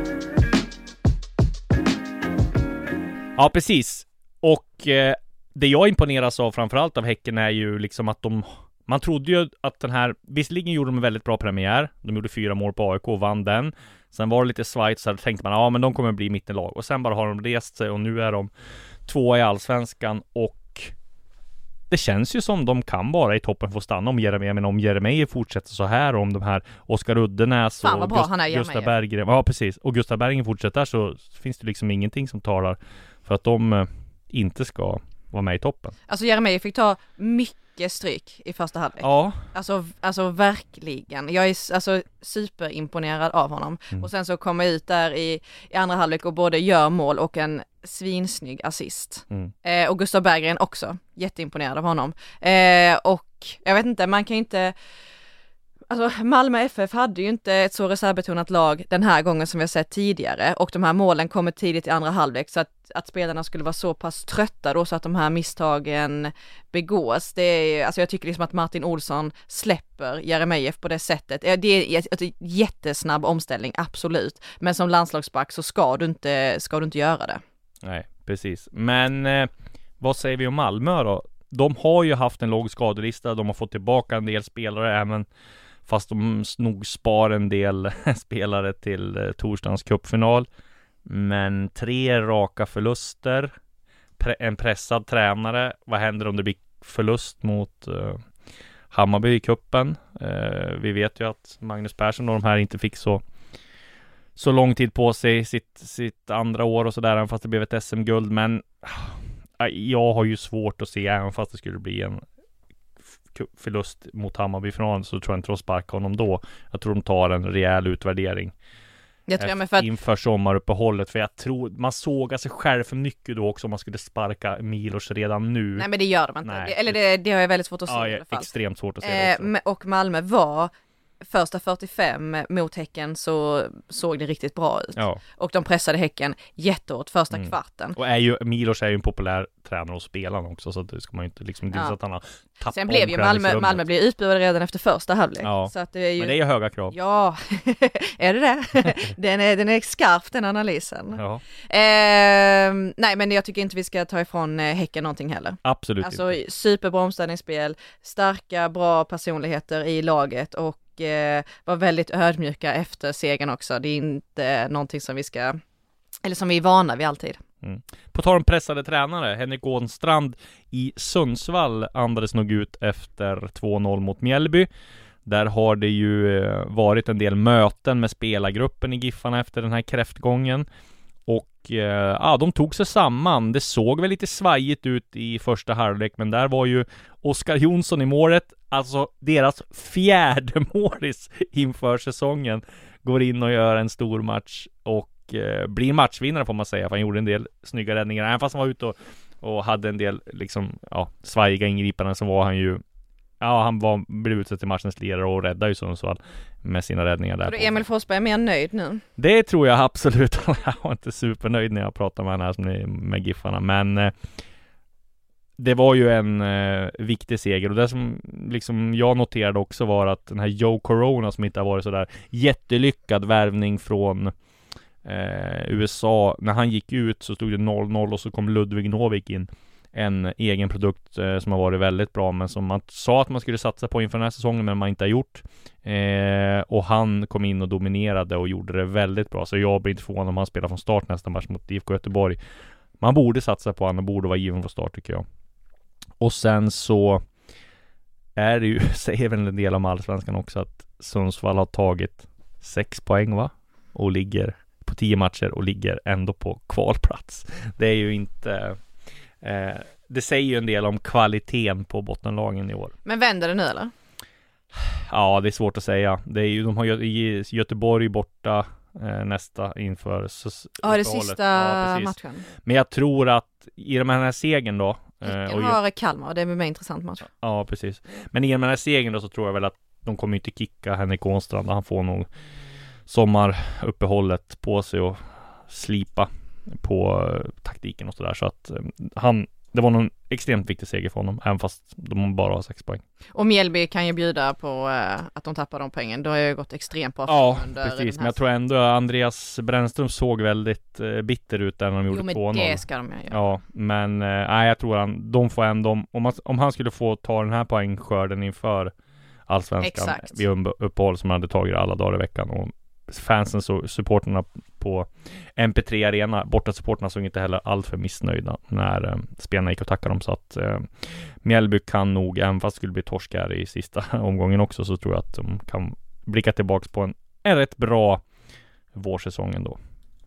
Ja, precis. Och äh, det jag imponeras av framförallt av Häcken är ju liksom att de, man trodde ju att den här, visserligen gjorde de en väldigt bra premiär, de gjorde fyra mål på A I K och vann den, sen var det lite svajt så tänkte man, ja men de kommer bli mittenlag, och sen bara har de rest sig och nu är de tvåa i Allsvenskan och det känns ju som de kan bara i toppen få stanna om Jeremejeff, men om Jeremejeff fortsätter så här, om de här Oskar Uddenäs och
Gust- han är
Gustav Berggren, ja precis, och Gustav Berggren fortsätter, så finns det liksom ingenting som talar för att de eh, inte ska vara med i toppen.
Alltså Jeremejeff fick ta mycket stryk i första halvlek.
Ja.
Alltså, alltså verkligen. Jag är alltså superimponerad av honom. Mm. Och sen så kommer jag ut där i, i andra halvlek och både gör mål och en svinsnygg assist. Mm. Eh, och Gustav Berggren också. Jätteimponerad av honom. Eh, och jag vet inte, man kan ju inte... Alltså Malmö F F hade ju inte ett så reservbetonat lag den här gången som vi har sett tidigare, och de här målen kommer tidigt i andra halvlek, så att, att spelarna skulle vara så pass trötta då så att de här misstagen begås. Det är, alltså jag tycker liksom att Martin Olsson släpper Jeremejeff på det sättet. Det är en jättesnabb omställning, absolut. Men som landslagsback så ska du inte, ska du inte göra det.
Nej, precis. Men eh, vad säger vi om Malmö då? De har ju haft en låg skadelista, de har fått tillbaka en del spelare även fast de nog spar en del spelare till eh, torsdagens cupfinal. Men tre raka förluster, pre- en pressad tränare. Vad händer om det blir förlust mot eh, Hammarby i kuppen? Eh, vi vet ju att Magnus Persson och de här inte fick så så lång tid på sig sitt, sitt andra år och sådär, fast det blev ett S M-guld. Men jag har ju svårt att se, även fast det skulle bli en förlust mot Hammarby från, så tror jag inte de sparkar honom då. Jag tror de tar en rejäl utvärdering
jag tror jag för att...
inför sommaruppehållet, för jag tror man sågar sig själv för mycket då också om man skulle sparka Milos redan nu.
Nej, men det gör de inte. Nej. Eller det, det har jag väldigt svårt att se
ja,
i alla fall.
Extremt svårt att se
eh,
det också.
Och Malmö var första fyrtiofem mot Häcken så såg det riktigt bra ut. Ja. Och de pressade Häcken jättehårt första mm. kvarten.
Och är ju, Milos är ju en populär tränare och spelaren också, så det ska man ju inte liksom, det är
ja.
så att han har tappat.
Sen blev ju Malmö, Malmö blev utbuade redan efter första halvlek.
Ja.
Så att det är ju...
Men det är ju höga krav.
Ja, är det det? den, är, den är skarp, den analysen.
Ja.
Eh, nej, men jag tycker inte vi ska ta ifrån Häcken någonting heller.
Absolut
alltså,
inte.
Superbra omställningsspel, starka, bra personligheter i laget och var väldigt ödmjuka efter segern också. Det är inte någonting som vi ska, eller som vi är vana vid alltid.
Mm. På tal om pressade tränare, Henrik Ånstrand i Sundsvall andades nog ut efter två noll mot Mjällby. Där har det ju varit en del möten med spelargruppen i Giffarna efter den här kräftgången. Och ja, de tog sig samman. Det såg väl lite svajigt ut i första halvlek, men där var ju Oskar Jonsson i målet. Alltså deras fjärde målis inför säsongen. Går in och gör en stor match och eh, blir matchvinnare får man säga. För han gjorde en del snygga räddningar. Även fast han var ute och, och hade en del liksom, ja, svajiga ingripanden, så var han ju, ja, han var, blev utsett till matchens ledare och räddade ju Sundsvall med sina räddningar där.
Så Emil Forsberg är mer nöjd nu?
Det tror jag absolut. Jag var inte supernöjd när jag pratade med honom här med Giffarna. Men eh, det var ju en eh, viktig seger. Och det som liksom jag noterade också var att den här Joe Corona, som inte har varit så där jättelyckad värvning från eh, U S A. När han gick ut så stod det noll noll och så kom Ludvig Novik in. En egen produkt eh, som har varit väldigt bra, men som man sa att man skulle satsa på inför den här säsongen, men man inte har gjort. Eh, och han kom in och dominerade och gjorde det väldigt bra. Så jag blir inte förvånad om han spelar från start nästa match mot I F K Göteborg. Man borde satsa på han och borde vara given från start, tycker jag. Och sen så är det ju, säger väl en del om allsvenskan också, att Sundsvall har tagit sex poäng va? Och ligger på tio matcher och ligger ändå på kvalplats. Det är ju inte... Eh, det säger ju en del om kvaliteten på bottenlagen i år.
Men vänder det nu eller?
Ja, det är svårt att säga. Det är ju, de har ju Göteborg borta eh, nästa inför s-
Ja, det sista ja, matchen.
Men jag tror att i den här segern då
eh, och har Kalmar och det är med mig intressant match.
Ja, precis. Men i den här segern då så tror jag väl att de kommer inte kicka Henrik Ånstrand. Han får nog sommaruppehållet på sig och slipa på taktiken och sådär, så att eh, han, det var någon extremt viktig seger för honom, även fast de bara har sex poäng.
Och Mjällby kan ju bjuda på eh, att de tappar de poängen. Då har ju gått extremt bra.
Ja, precis, men jag tror ändå Andreas Brännström såg väldigt eh, bitter ut där när de gjorde två noll.
Jo, men det ska de göra.
Ja, men eh, nej, jag tror han, de får ändå, om, man, om han skulle få ta den här poängskörden inför allsvenskan vid uppehåll som han hade tagit alla dagar i veckan, och fansen och supporterna på M P tre Arena, borta supporterna såg inte heller allt för missnöjda när eh, spelarna gick och tackade dem, så att eh, Mjällby kan nog, även fast det skulle bli torsk här i sista omgången också, så tror jag att de kan blicka tillbaka på en, en rätt bra vårsäsong ändå.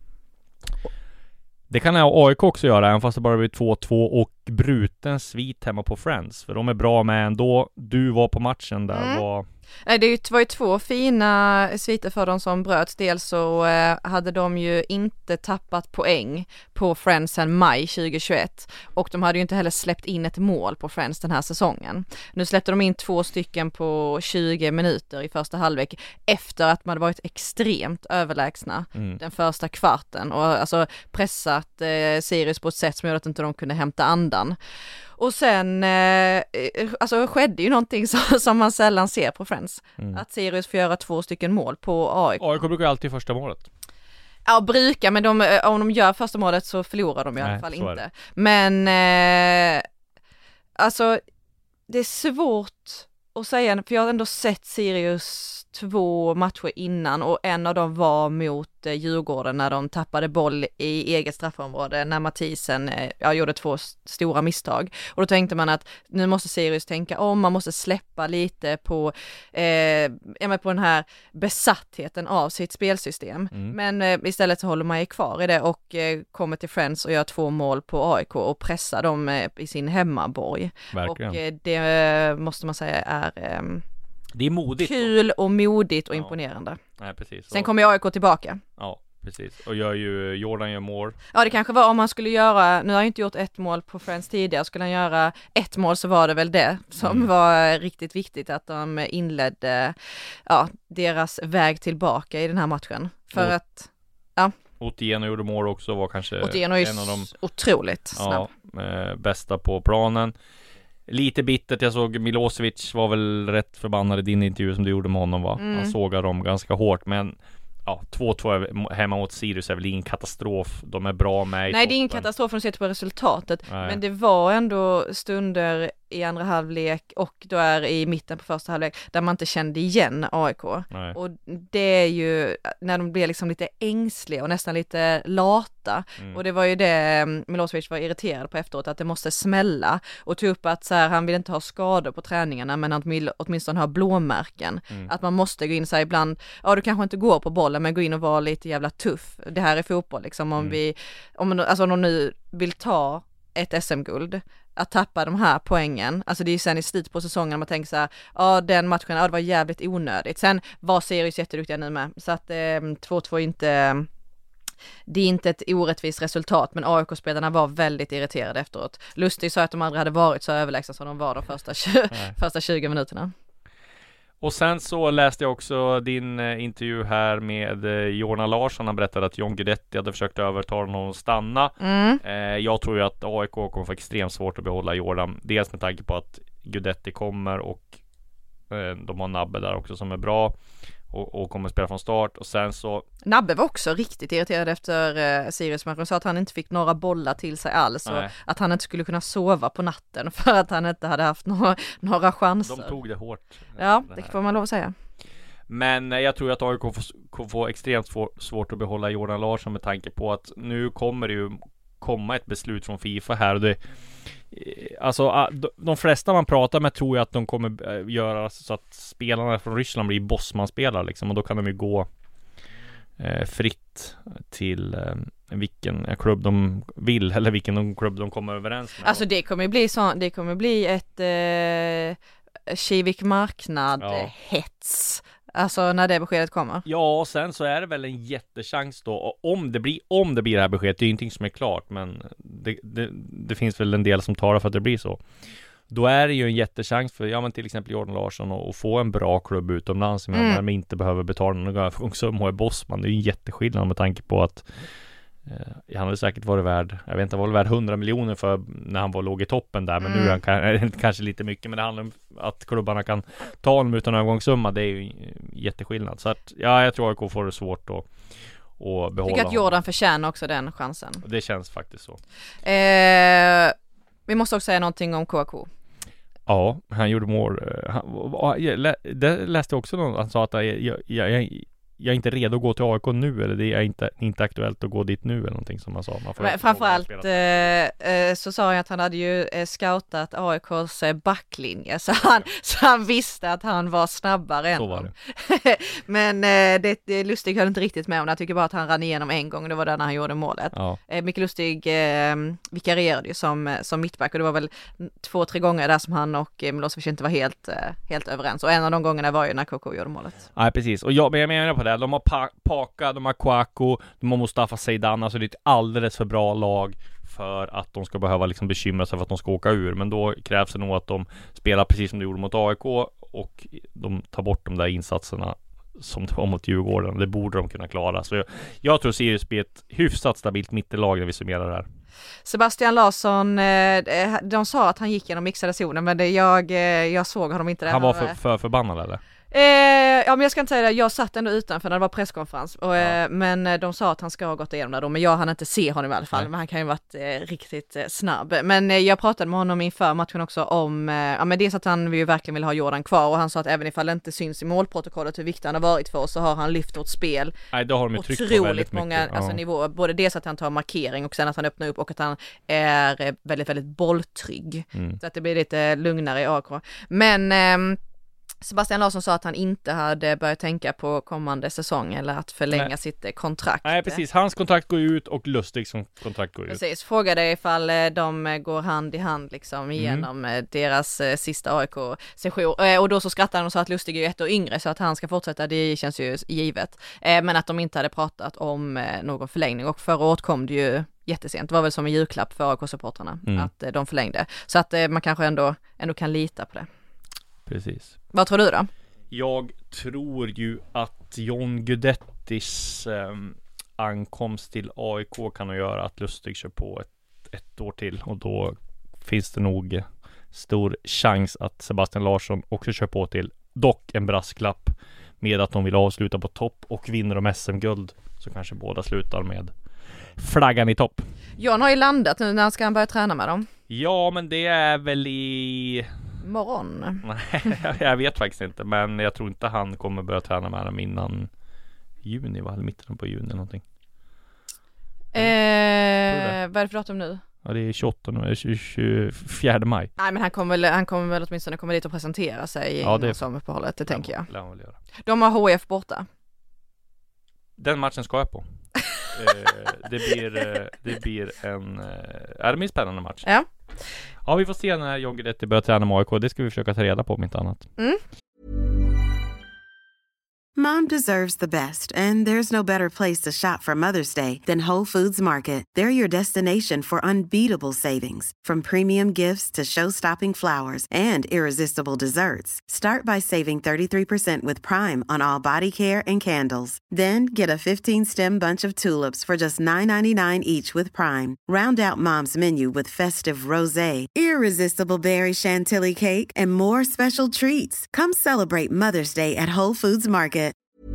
Det kan A I K också göra, även fast det bara blir två två och bruten svit hemma på Friends, för de är bra med ändå. Du var på matchen där,
mm.
var...
Det var ju två fina sviter för dem som bröts. Dels så eh, hade de ju inte tappat poäng på Friends sedan maj tjugohundratjugoett och de hade ju inte heller släppt in ett mål på Friends den här säsongen. Nu släppte de in två stycken på tjugo minuter i första halvlek efter att man hade varit extremt överlägsna mm. den första kvarten och alltså pressat eh, Sirius på ett sätt som gjorde att inte de kunde hämta andan. Och sen, eh, alltså skedde ju någonting så, som man sällan ser på Friends. Mm. Att Sirius får göra två stycken mål på A I K.
A I K brukar alltid första målet.
Ja, brukar, men de, om de gör första målet så förlorar de i alla Nej, fall inte. Men, eh, alltså, det är svårt att säga, för jag har ändå sett Sirius två matcher innan och en av dem var mot eh, Djurgården när de tappade boll i eget straffområde när Mathisen eh, ja, gjorde två st- stora misstag. Och då tänkte man att nu måste Sirius tänka om, man måste släppa lite på, eh, ja, på den här besattheten av sitt spelsystem. Mm. Men eh, istället så håller man ju kvar i det och eh, kommer till Friends och gör två mål på A I K och pressar dem eh, i sin hemmaborg. Verkligen. Och eh, det måste man säga är eh,
det är modigt.
Kul och modigt och
ja.
imponerande.
Nej, precis.
Sen kommer A I K tillbaka.
Ja, precis. Och gör ju Jordan gör mål.
Ja, det kanske var om han skulle göra, nu har jag inte gjort ett mål på Friends tidigare, skulle han göra ett mål så var det väl det som mm. var riktigt viktigt, att de inledde ja, deras väg tillbaka i den här matchen. För och, att, ja.
Otieno gjorde mål också, var kanske
Otieno är en av de otroligt snabb.
Ja, eh, bästa på planen. Lite bittert, jag såg Milosevic var väl rätt förbannad i din intervju som du gjorde med honom, va? Mm. Han sågar dem ganska hårt, men ja, två två hemma mot Sirius är väl ingen katastrof. De är bra med i
Nej, det är ingen katastrof om du ser på resultatet. Nej. Men det var ändå stunder i andra halvlek och då är i mitten på första halvlek där man inte kände igen A I K. Nej. Och det är ju när de blir liksom lite ängsliga och nästan lite lata. Mm. Och det var ju det Milosevic var irriterad på efteråt, att det måste smälla. Och tog upp att så här, han vill inte ha skador på träningarna, men han vill åtminstone ha blåmärken. Mm. Att man måste gå in så här ibland, ja du kanske inte går på bollen, men gå in och vara lite jävla tuff. Det här är fotboll liksom, om mm. vi, om, alltså om de nu vill ta ett S M-guld, att tappa de här poängen, alltså det är ju sen i slut på säsongen man tänker så här, ja den matchen, ja det var jävligt onödigt. Sen var Sirius jätteduktiga nu med, så att eh, två två inte, det är inte ett orättvist resultat, men A I K-spelarna var väldigt irriterade efteråt. Lustig sa att de aldrig hade varit så överlägsna som de var de första, första tjugo minuterna.
Och sen så läste jag också din eh, intervju här med eh, Jordan Larsson. Han berättade att John Guidetti hade försökt övertala honom att stanna. Mm. Eh, jag tror ju att A I K kommer få extremt svårt att behålla Jordan. Dels med tanke på att Guidetti kommer och eh, de har Nabbe där också som är bra. Och, och kommer spela från start. Och sen så... Nabbe
var också riktigt irriterad efter eh, Sirius matchen. Sa att han inte fick några bollar till sig alls. Och att han inte skulle kunna sova på natten för att han inte hade haft några, några chanser.
De tog det hårt.
Ja, det, det får man lov att säga.
Men eh, jag tror att A I K kommer få extremt svår, svårt att behålla Jordan Larsson med tanke på att nu kommer det ju komma ett beslut från FIFA här. Och det, alltså de flesta man pratar med tror jag att de kommer göra så att spelarna från Ryssland blir bossmanspelare liksom, och då kan de ju gå eh, fritt till eh, vilken klubb de vill eller vilken de klubb de kommer överens med.
Alltså det kommer bli så, det kommer bli ett eh, Kivik marknad ja. hets. Alltså när det beskedet kommer.
Ja, och sen så är det väl en jättechans då. Och om det blir om det blir det här beskedet, det är ju ingenting som är klart, men det, det, det finns väl en del som talar för att det blir så. Då är det ju en jättechans för ja, men till exempel Jordan Larsson att få en bra klubb utomlands som mm. man inte behöver betala någon övergångssumma och är bossman. Det är ju en jätteskillnad med tanke på att han hade säkert varit värd, jag vet inte, var värd hundra miljoner för när han var låg i toppen där, men mm. nu är han kanske lite mycket, men det handlar om att klubbarna kan ta honom utan övergångssumma, det är ju jätteskillnad. Så att, ja, jag tror att A I K får det svårt att, att behålla. Jag
tycker att Jordan förtjänar också den chansen.
Det känns faktiskt så.
Eh, vi måste också säga någonting om K A K.
Ja, han gjorde mål. Han, det läste också någon, han sa att jag, jag, jag jag är inte redo att gå till A I K nu, eller det är inte, inte aktuellt att gå dit nu eller någonting som man sa. Man får
Men framförallt eh, eh, så sa han att han hade ju eh, scoutat A I K:s eh, backlinje, så han, så han visste att han var snabbare än
Så var
dem. det. Men eh, det, det Lustig höll inte riktigt med om. Jag tycker bara att han rann igenom en gång, det var där när han gjorde målet.
Ja.
Eh, Micke Lustig eh, vikarierade ju som, som mittback, och det var väl två, tre gånger där som han och eh, Milosevic inte var helt, eh, helt överens. Och en av de gångerna var ju när K K gjorde målet.
Nej, precis. Och jag, men jag menar på det, de har pa- Paka, de har Kouakou, de har Mustafa Zeidan, alltså det är ett alldeles för bra lag för att de ska behöva liksom bekymra sig för att de ska åka ur. Men då krävs det nog att de spelar precis som de gjorde mot A I K, och de tar bort de där insatserna som det var mot Djurgården. Det borde de kunna klara. Så jag, jag tror Sirius blir ett hyfsat stabilt mittelag när vi summerar det här.
Sebastian Larsson, de sa att han gick genom mixade zonen, men det jag, jag såg honom inte där.
Han var för, för förbannad eller?
Eh, ja, men jag ska inte säga det, jag satt ändå utanför när det var presskonferens, och, ja. eh, men de sa att han ska ha gått igenom där då, men jag hann inte se honom i alla fall. Nej. Men han kan ju ha varit eh, riktigt eh, snabb. Men eh, jag pratade med honom inför matchen också om, eh, ja men dels att han ju verkligen vill ha Jordan kvar, och han sa att även ifall det inte syns i målprotokollet hur viktig han har varit för oss, så har han lyft vårt spel.
Nej, då har de tryckt
otroligt
på väldigt
många
mycket.
alltså,
Ja.
nivåer, både dels att han tar markering och sen att han öppnar upp, och att han är eh, väldigt, väldigt bolltrygg. Mm. Så att det blir lite lugnare i A K. Men eh, Sebastian Larsson sa att han inte hade börjat tänka på kommande säsong eller att förlänga Nej. sitt kontrakt.
Nej, precis. Hans kontrakt går ut och Lustig som kontrakt går ut.
Precis. Frågade ifall de går hand i hand liksom igenom mm. deras sista A I K-session. Och då så skrattade han och sa att Lustig är ett år yngre, så att han ska fortsätta, det känns ju givet. Men att de inte hade pratat om någon förlängning, och förra året kom det ju jättesent. Det var väl som en julklapp för A I K-supporterna mm. att de förlängde. Så att man kanske ändå, ändå kan lita på det.
Precis.
Vad tror du då?
Jag tror ju att John Guidettis eh, ankomst till A I K kan göra att Lustig kör på ett, ett år till, och då finns det nog stor chans att Sebastian Larsson också kör på till. Dock en brasklapp med att de vill avsluta på topp och vinner om S M-guld, så kanske båda slutar med flaggan i topp.
John har ju landat nu, när ska han börja träna med dem?
Ja, men det är väl i...
morgon.
Nej, jag vet faktiskt inte, men jag tror inte han kommer börja träna med dem innan juni, va? Eller mitten på juni eller någonting.
Eh, vad är det för datum nu?
Ja, det är tjugoåtta nu, tjugofjärde maj.
Nej, men han kommer väl, han kommer väl åtminstone komma dit och presentera sig ja, innan sommaruppehållet, det ja, tänker jag.
Göra.
De har H F borta.
Den matchen ska jag på. eh, det blir det blir en är det en spännande match.
Ja.
Ja, vi får se när John Guidetti börjar träna med A I K. Det ska vi försöka ta reda på, om inte annat.
Mm.
Mom deserves the best, and there's no better place to shop for Mother's Day than Whole Foods Market. They're your destination for unbeatable savings, from premium gifts to show-stopping flowers and irresistible desserts. Start by saving thirty-three percent with Prime on all body care and candles. Then get a fifteen-stem bunch of tulips for just nine ninety-nine each with Prime. Round out Mom's menu with festive rosé, irresistible berry chantilly cake, and more special treats. Come celebrate Mother's Day at Whole Foods Market.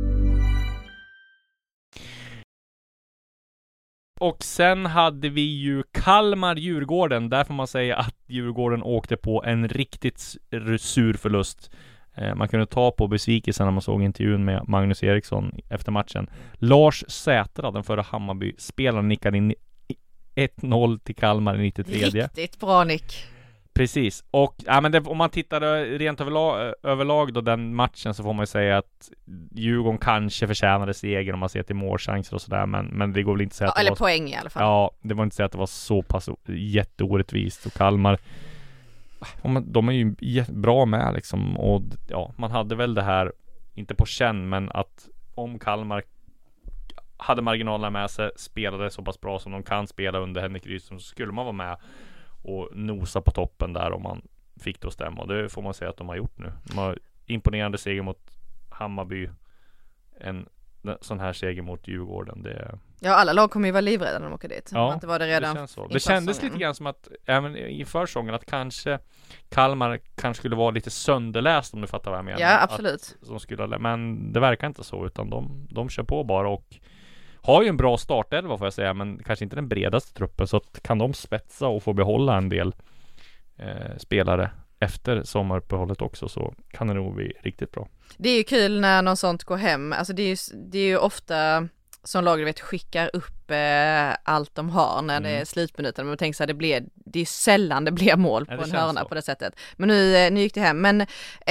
Och sen hade vi ju Kalmar-Djurgården. Där får man säga att Djurgården åkte på en riktigt sur förlust. Eh, man kunde ta på besvikelsen när man såg intervjun med Magnus Eriksson efter matchen. Lars Sätra, den förra Hammarby-spelaren, nickade in ett noll till Kalmar i nittiotre.
Riktigt bra nick.
Precis, och ja, men det, om man tittar rent överlag, överlag då den matchen, så får man ju säga att Djurgården kanske förtjänade seger om man ser till målchanser och sådär, men, men det går väl inte att säga
ja,
att
eller
det var,
poäng i alla fall.
Ja, det var inte så att det var så pass jätteorättvist, och Kalmar, de är ju bra med liksom, och ja, man hade väl det här, inte på känn, men att om Kalmar hade marginalerna med sig, spelade så pass bra som de kan spela under Henrik Rydström, så skulle man vara med och nosa på toppen där om man fick det att stämma. Och det får man säga att de har gjort nu. De har imponerande seger mot Hammarby. En sån här seger mot Djurgården. Det...
Ja, alla lag kommer ju vara livrädda när de åker dit.
Ja,
inte var det redan
det känns så. Det kändes lite grann som att även i försången att kanske Kalmar kanske skulle vara lite sönderläst, om du fattar vad jag menar.
Ja, absolut.
Att de skulle, men det verkar inte så, utan de, de kör på bara och har ju en bra startelva får jag säga, men kanske inte den bredaste truppen, så att kan de spetsa och få behålla en del eh, spelare efter sommaruppehållet också, så kan det nog bli riktigt bra.
Det är ju kul när någon sånt går hem. Alltså det är ju, det är ju ofta som lag, du vet, skickar upp eh, allt de har när mm. det är slutminuten. Men man tänker så här, det, blir, det är sällan det blir mål på ja, en hörna så. På det sättet. Men nu, nu gick det hem. Men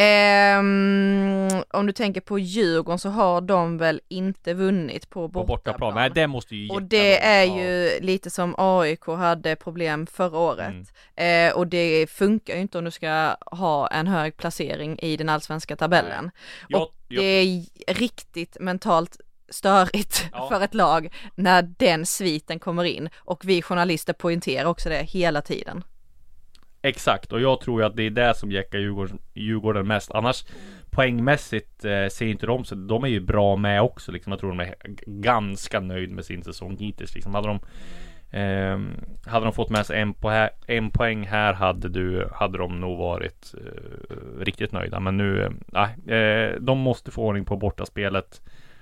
eh, om du tänker på Djurgården så har de väl inte vunnit på bortaplan. På bortaplan.
Nej, det måste ju
och det är ja. ju lite som A I K hade problem förra året. Mm. Eh, och det funkar ju inte om du ska ha en hög placering i den allsvenska tabellen. Jag, och jag... det är riktigt mentalt störigt ja. för ett lag när den sviten kommer in, och vi journalister poängterar också det hela tiden.
Exakt, och jag tror ju att det är det som jäckar Djurgården, Djurgården mest. Annars poängmässigt eh, ser inte de så. De är ju bra med också liksom. Jag tror de är ganska nöjd med sin säsong hittills liksom. Hade de eh, hade de fått med sig en, po- en poäng här hade, du, hade de nog varit eh, riktigt nöjda. Men nu eh, eh, de måste få ordning på bortaspelet.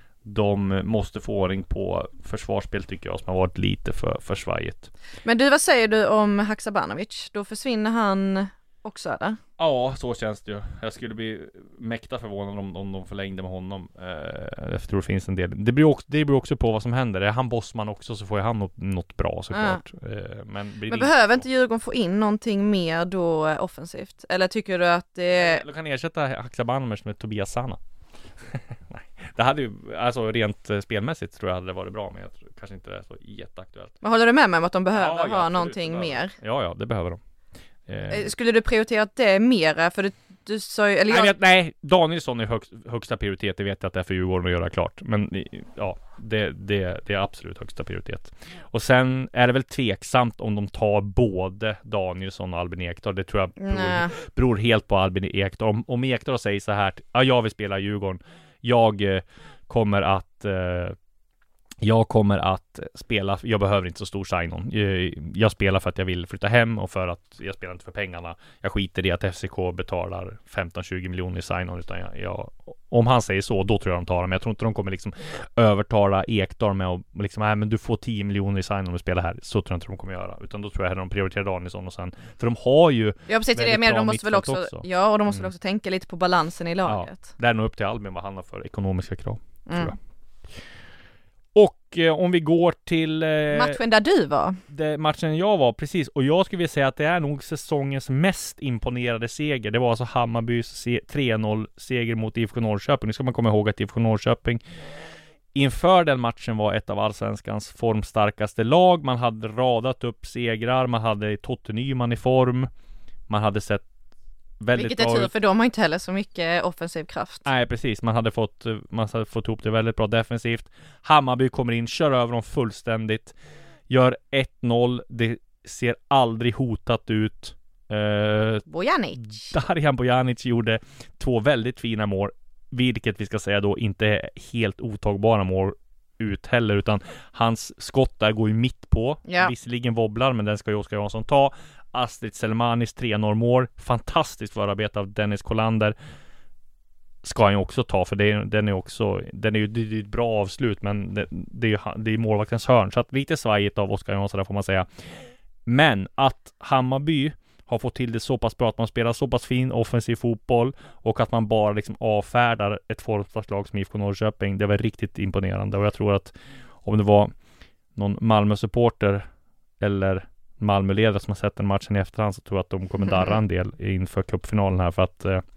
De måste få ordning på försvarsspel, tycker jag, som har varit lite för, för svajigt.
Men du, vad säger du om Haksabanovic? Då försvinner han också, eller?
Ja, så känns det ju. Jag skulle bli mäkta förvånad om, om de förlängde med honom. Eh, jag tror det finns en del. Det beror, också, det beror också på vad som händer. Är han bossman också så får ju han något, något bra såklart. Ja. Eh, men men
behöver inte Djurgården få in någonting mer då eh, offensivt? Eller tycker du att det...
Du kan ersätta Haksabanovic med Tobias Sana. Nej. Det hade ju, alltså rent spelmässigt tror jag hade det varit bra, men jag tror kanske inte det är så jätteaktuellt.
Men håller du med mig om att de behöver ja,
ja,
ha någonting
behöver.
mer?
Ja, ja, det behöver de.
Eh. Skulle du prioritera det mera? För du, du sa ju, eller jag...
nej, nej, Danielsson är högst, högsta prioritet, det vet jag att det är för Djurgården att göra klart. Men ja, det, det, det är absolut högsta prioritet. Och sen är det väl tveksamt om de tar både Danielsson och Albin Ekdal. Det tror jag beror, beror helt på Albin Ekdal. Om, om Ekdal säger så här, ja, jag vill spela Djurgården. Jag eh, kommer att eh, jag kommer att spela, jag behöver inte så stor sign-on. Jag, jag spelar för att jag vill flytta hem och för att jag spelar inte för pengarna. Jag skiter i att F C K betalar femton tjugo miljoner i sign-on, utan jag, jag, om han säger så, då tror jag de tar det. Men jag tror inte de kommer liksom övertala Ekdal med att liksom, nej men du får tio miljoner i sign-on och spela här. Så tror jag inte de kommer göra. Utan då tror jag att de prioriterar Danielsson och sen, för de har ju
ja, precis det, men de måste väl också, också ja, och de måste mm. väl också tänka lite på balansen i laget.
Ja, det är nog upp till Albin vad han har för ekonomiska krav, mm. tror jag. Och eh, om vi går till... Eh,
matchen där du var.
Det, matchen jag var, precis. Och jag skulle vilja säga att det är nog säsongens mest imponerade seger. Det var alltså Hammarbys se- tre noll-seger mot I F K Norrköping. Nu ska man komma ihåg att I F K Norrköping inför den matchen var ett av allsvenskans formstarkaste lag. Man hade radat upp segrar. Man hade Totte Nyman i form. Man hade sett väldigt
Vilket är tur, för de har inte heller så mycket offensiv kraft.
Nej, precis. Man hade fått, man hade fått ihop det väldigt bra defensivt. Hammarby kommer in, kör över dem fullständigt. Gör ett noll. Det ser aldrig hotat ut. Uh,
Bojanic.
Darjan Bojanic gjorde två väldigt fina mål. Vilket vi ska säga då inte är helt otagbara mål ut heller, utan hans skott där går ju mitt på. Ja. Visserligen wobblar, men den ska ju Oskar Jansson ta. Astrid Selmanis tre noll-mål. Fantastiskt förarbete av Dennis Kollander. Ska han ju också ta, för det är, den är också den är ju det är ett bra avslut, men det, det är ju det är målvaktens hörn, så att lite svajigt av Oskar Jansson där får man säga. Men att Hammarby har fått till det så pass bra att man spelar så pass fin offensiv fotboll och att man bara liksom avfärdar ett formstarkt som I F K Norrköping, det var riktigt imponerande. Och jag tror att om det var någon Malmö-supporter eller Malmö-ledare som har sett den matchen i efterhand, så tror jag att de kommer darra en del inför cupfinalen här, för att eh,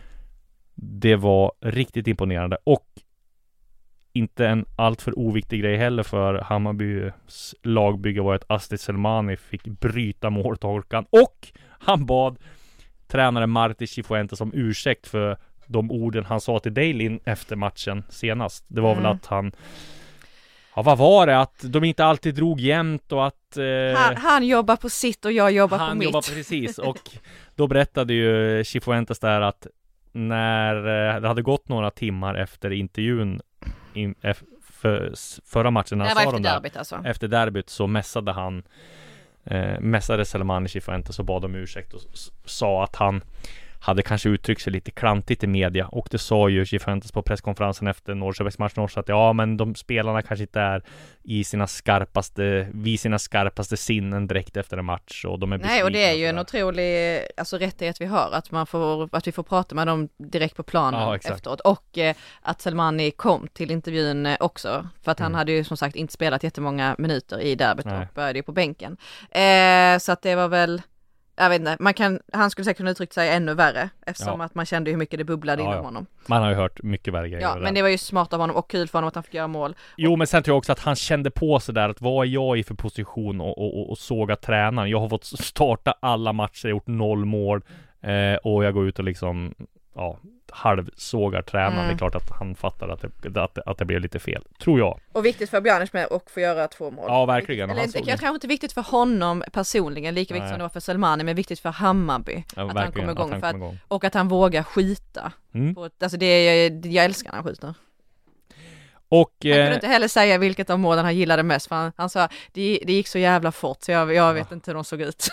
det var riktigt imponerande. Och inte en alltför oviktig grej heller för Hammarbys lagbygge var att Astrid Selmani fick bryta måltorkan, och han bad tränare Marti Cifuentes om ursäkt för de orden han sa till Dailin efter matchen senast. Det var mm. väl att han ja, vad var det? Att de inte alltid drog jämnt och att
eh, han, han jobbar på sitt och jag jobbar på
han
mitt.
Han jobbar precis, och då berättade ju Cifuentes där att när det hade gått några timmar efter intervjun in, för, förra matchen när han sa
efter
de där,
derbyt alltså.
Efter derbyt så mässade han eh, mässade Selmani Cifuentes och bad om ursäkt och s- sa att han hade kanske uttryckt sig lite klantigt i media, och det sa ju Cifuentes på presskonferensen efter Norrköpingsmatchen också, att ja, men de spelarna kanske inte är i sina skarpaste, vid sina skarpaste sinnen direkt efter en match, och de är
Nej, och det är ju en otrolig alltså, rättighet vi har, att, man får, att vi får prata med dem direkt på planen ja, efteråt, och eh, att Selmani kom till intervjun eh, också, för att han mm. hade ju som sagt inte spelat jättemånga minuter i derbyt och började ju på bänken. Eh, så att det var väl, jag vet inte, man kan, han skulle säkert kunna uttryckt sig ännu värre, eftersom ja. att man kände hur mycket det bubblade ja, inom ja. honom.
Man har ju hört mycket värre grejer.
Ja, men det var ju smart av honom och kul för honom att han fick göra mål.
Jo, men sen tror jag också att han kände på sig där, att vad är jag i för position och, och, och, och såga tränaren. Jag har fått starta alla matcher, gjort noll mål eh, och jag går ut och liksom, ja, halvsågar tränaren. Mm. Det är klart att han fattar att det, att, att det blev lite fel, tror jag.
Och viktigt för Björnes med att få göra två mål.
Ja, verkligen.
Eller, jag tror inte viktigt för honom personligen, lika viktigt Nej. som det var för Selmani, men viktigt för Hammarby.
Ja,
att han kommer igång,
han
för att,
igång.
Och att han vågar skita. Mm. På, alltså det är, jag älskar när han skjuter.
Och,
han kunde eh, inte heller säga vilket av målen han gillade mest, för han, han sa det, det gick så jävla fort, så jag, jag vet ja. inte hur de såg ut.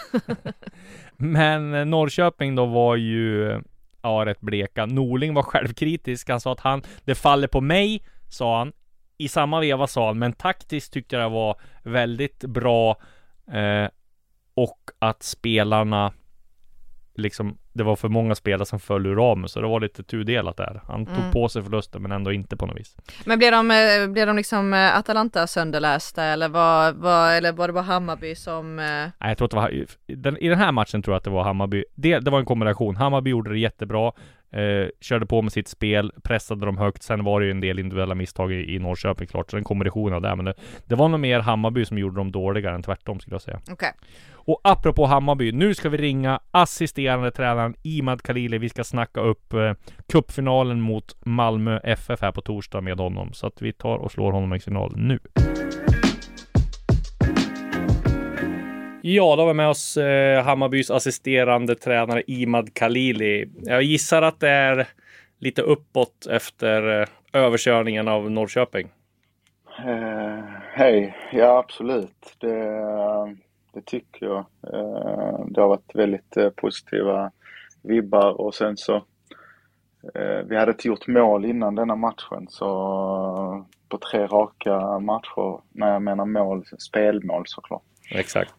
Men Norrköping då var ju ja, rätt bleka. Norling var självkritisk. Han sa att han, det faller på mig, sa han. I samma veva sa han, men taktiskt tyckte jag det var väldigt bra eh, och att spelarna liksom, det var för många spelare som föll ur ramen, så det var lite tudelat där. Han tog mm. på sig förlusten, men ändå inte på något vis.
Men blev de, blev de liksom Atalanta sönderlästa, eller var, var, eller var det bara Hammarby som... Nej,
jag tror att det var, den, i den här matchen tror jag att det var Hammarby. Det, det var en kombination. Hammarby gjorde det jättebra, eh, körde på med sitt spel, pressade dem högt. Sen var det ju en del individuella misstag i, i Norrköping, klart, så en kombination av det. Men det, det var nog mer Hammarby som gjorde dem dåligare än tvärtom, skulle jag säga.
Okej. Okay.
Och apropå Hammarby, nu ska vi ringa assisterande tränaren Imad Khalili. Vi ska snacka upp eh, cupfinalen mot Malmö F F här på torsdag med honom. Så att vi tar och slår honom i signal nu. Ja, då var med oss eh, Hammarbys assisterande tränare Imad Khalili. Jag gissar att det är lite uppåt efter eh, överkörningen av Norrköping.
Eh, Hej, ja absolut. Det... Det tycker jag. Det har varit väldigt positiva vibbar, och sen så vi hade inte gjort mål innan denna matchen, så på tre raka matcher, när jag menar mål, spelmål såklart.
Exakt.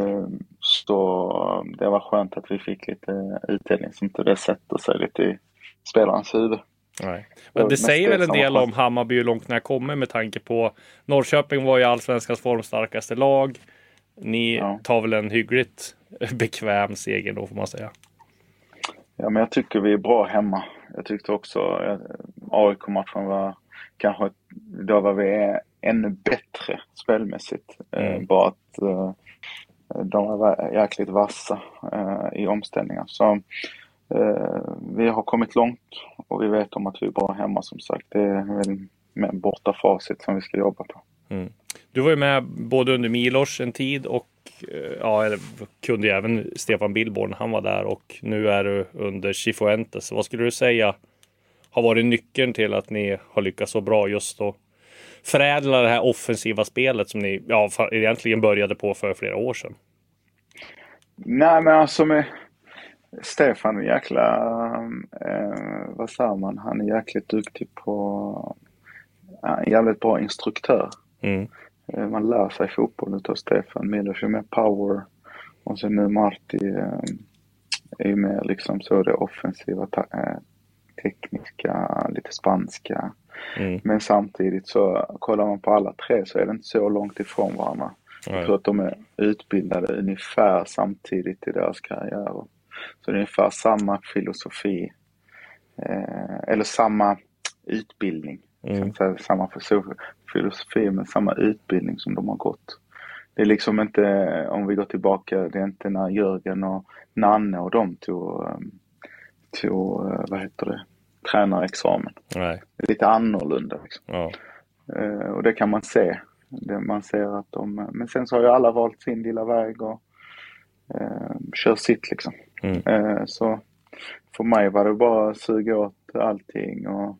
Så det var skönt att vi fick lite utdelning, som inte det sätter sig lite i spelarens huvud.
Nej. Men det säger väl en del om Hammarby hur långt när jag kommer, med tanke på Norrköping var ju allsvenskans formstarkaste lag. Ni ja. tar väl en hyggligt bekväm seger då, får man säga.
Ja, men jag tycker vi är bra hemma. Jag tyckte också A I K-matchen var kanske, då var vi ännu bättre spelmässigt. Mm. Bara att uh, de var jäkligt vassa uh, i omställningar. Så uh, vi har kommit långt, och vi vet om att vi är bra hemma, som sagt. Det är väl med borta facit som vi ska jobba på.
Mm. Du var ju med både under Milos en tid och ja, eller kunde ju även Stefan Billborn, han var där, och nu är du under Cifuentes. Vad skulle du säga har varit nyckeln till att ni har lyckats så bra just att förädla det här offensiva spelet som ni ja, egentligen började på för flera år sedan?
Nej, men alltså med Stefan är jäkla eh, vad säger man, han är jäkligt duktig på en jävligt bra instruktör. Mm. Man lär sig fotboll utav Stefan. Milos är mer power, och sen nu Marti eh, är ju mer liksom så det offensiva, ta- eh, tekniska, lite spanska. Mm. Men samtidigt så kollar man på alla tre, så är det inte så långt ifrån varandra. Nej. Jag tror att de är utbildade ungefär samtidigt i deras karriärer. Så det är ungefär samma filosofi eh, eller samma utbildning. Mm. Samma filosofi med samma utbildning som de har gått. Det är liksom inte, om vi går tillbaka, det är inte när Jörgen och Nanne och de tog, tog vad heter det, tränarexamen. Nej. Det är lite annorlunda liksom. Ja. Uh, och det kan man se. Det, man ser att de, men sen så har ju alla valt sin lilla väg och uh, kör sitt liksom. Mm. Uh, så för mig var det bara att suga åt allting och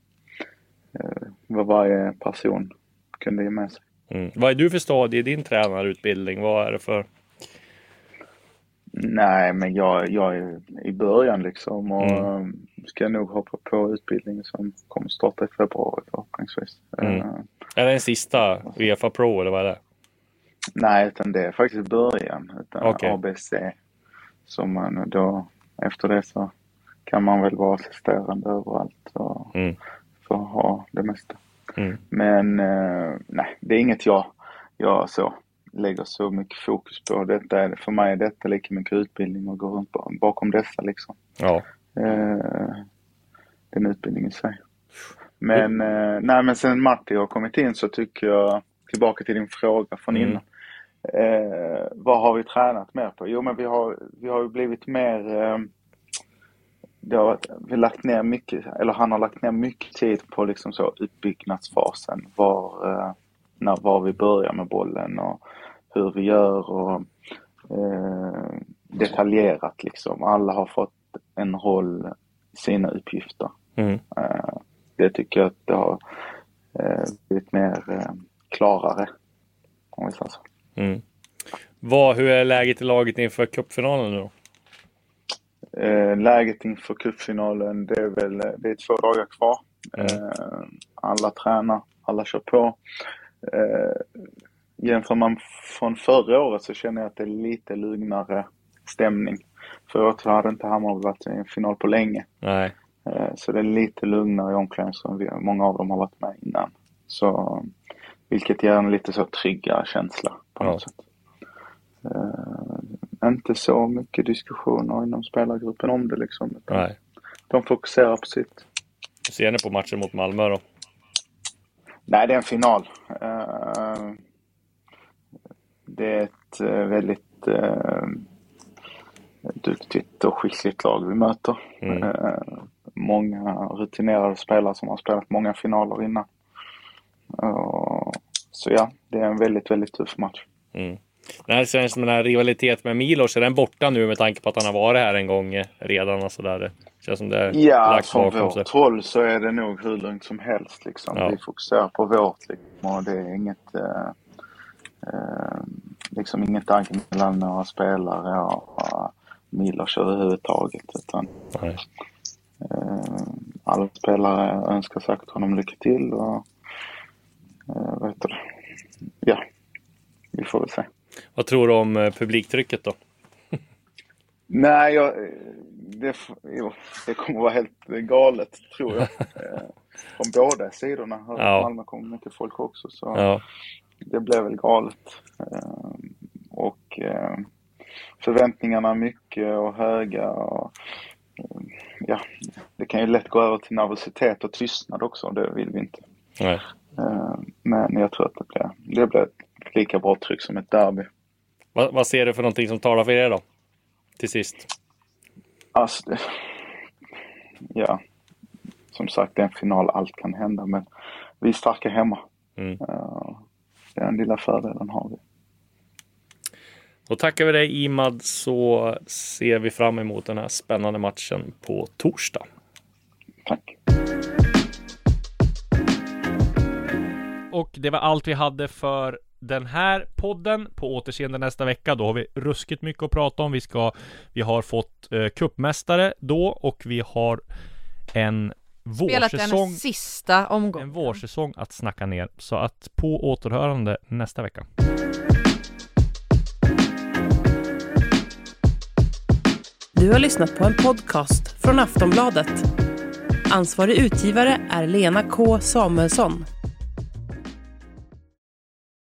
vad varje person kunde ge med sig.
Mm. Vad är du för stadie i din tränarutbildning? Vad är det för?
Nej, men jag, jag är i början liksom och
Mm.
ska nog hoppa på utbildningen som kommer starta i februari förhoppningsvis.
Mm.
Uh,
Är det en sista UEFA Pro eller vad är det?
nej, utan det är faktiskt början. Utan
Okej.
A B C. Som man då, efter det så kan man väl vara assisterande överallt och
Mm.
få ha det mesta.
Mm.
Men uh, nej, det är inget jag, jag så lägger så mycket fokus på. Detta är, för mig är detta lika mycket utbildning och gå runt bakom dessa liksom.
Ja.
Uh, den utbildningen i sig. Men, uh, nej, men sen Matti har kommit in så tycker jag, tillbaka till din fråga från
Mm.
innan. Uh, vad har vi tränat mer på? Jo, men vi har, vi har ju blivit mer... Uh, det har, vi har lagt ner mycket, eller han har lagt ner mycket tid på liksom så uppbyggnadsfasen. Var, uh, när, var vi börjar med bollen och hur vi gör och uh, detaljerat liksom. Alla har fått en roll, sina uppgifter.
Mm.
Uh, det tycker jag att det har uh, blivit mer uh, klarare. Om vi säger så.
Mm. Vad, hur är läget i laget inför cupfinalen nu då?
Uh, läget inför cupfinalen, det är väl det är två dagar kvar.
Mm.
Uh, alla tränar, alla kör på. Uh, jämför man från förra året så känner jag att det är lite lugnare stämning. Förra året hade inte Hammarby varit i en final på länge.
Nej.
Så det är lite lugnare i omklädningsrummet. Många av dem har varit med innan. Så, vilket ger en lite så tryggare känsla på något
Ja.
sätt. Uh, inte så mycket diskussioner inom spelargruppen om det liksom.
Nej.
De fokuserar på sitt.
Hur ser ni på matchen mot Malmö då?
Nej, det är en final. Uh, det är ett uh, väldigt uh, duktigt och skickligt lag vi möter.
Mm.
Uh, många rutinerade spelare som har spelat många finaler innan. Uh, så ja, det är en väldigt, väldigt tuff match.
Mm. Det här känns som den här rivalitet med Milos, är den borta nu med tanke på att han har varit här en gång redan och sådär? Det känns som det är
Ja,
lagt
från
bakom sig.
vårt håll så är det nog hur lugnt som helst liksom.
Ja.
Vi fokuserar på vårt liksom, och det är inget uh, uh, liksom inget agg mellan några spelare och uh, Milos överhuvudtaget, utan
Nej.
uh, alla spelare önskar sagt honom lycka till och uh, vad heter det? Ja, vi får väl se.
Vad tror du om eh, publiktrycket då?
Nej, jag, det, jo, det kommer vara helt galet tror jag. eh, från båda sidorna.
Ja.
Malmö kommer mycket folk också. Så
Ja.
det blev väl galet. Eh, och eh, förväntningarna är mycket och höga. Och, eh, ja, det kan ju lätt gå över till nervositet och tystnad också. Det vill vi inte.
Nej.
Eh, men jag tror att det blir, det blir ett lika bra tryck som ett derby.
Vad, vad ser du för någonting som talar för er då? Till sist.
Alltså, det, ja, som sagt det är en final, allt kan hända, men vi är starka hemma.
Mm.
Uh, den lilla fördelen har vi.
Då tackar vi dig Imad, så ser vi fram emot den här spännande matchen på torsdag.
Tack.
Och det var allt vi hade för den här podden. På återseende nästa vecka. Då har vi ruskigt mycket att prata om. Vi, ska, vi har fått eh, cupmästare då, och vi har en
Spelat
vårsäsong,
den sista omgången.
en vårsäsong att snacka ner. Så att på återhörande nästa vecka.
Du har lyssnat på en podcast från Aftonbladet. Ansvarig utgivare är Lena K. Samuelsson.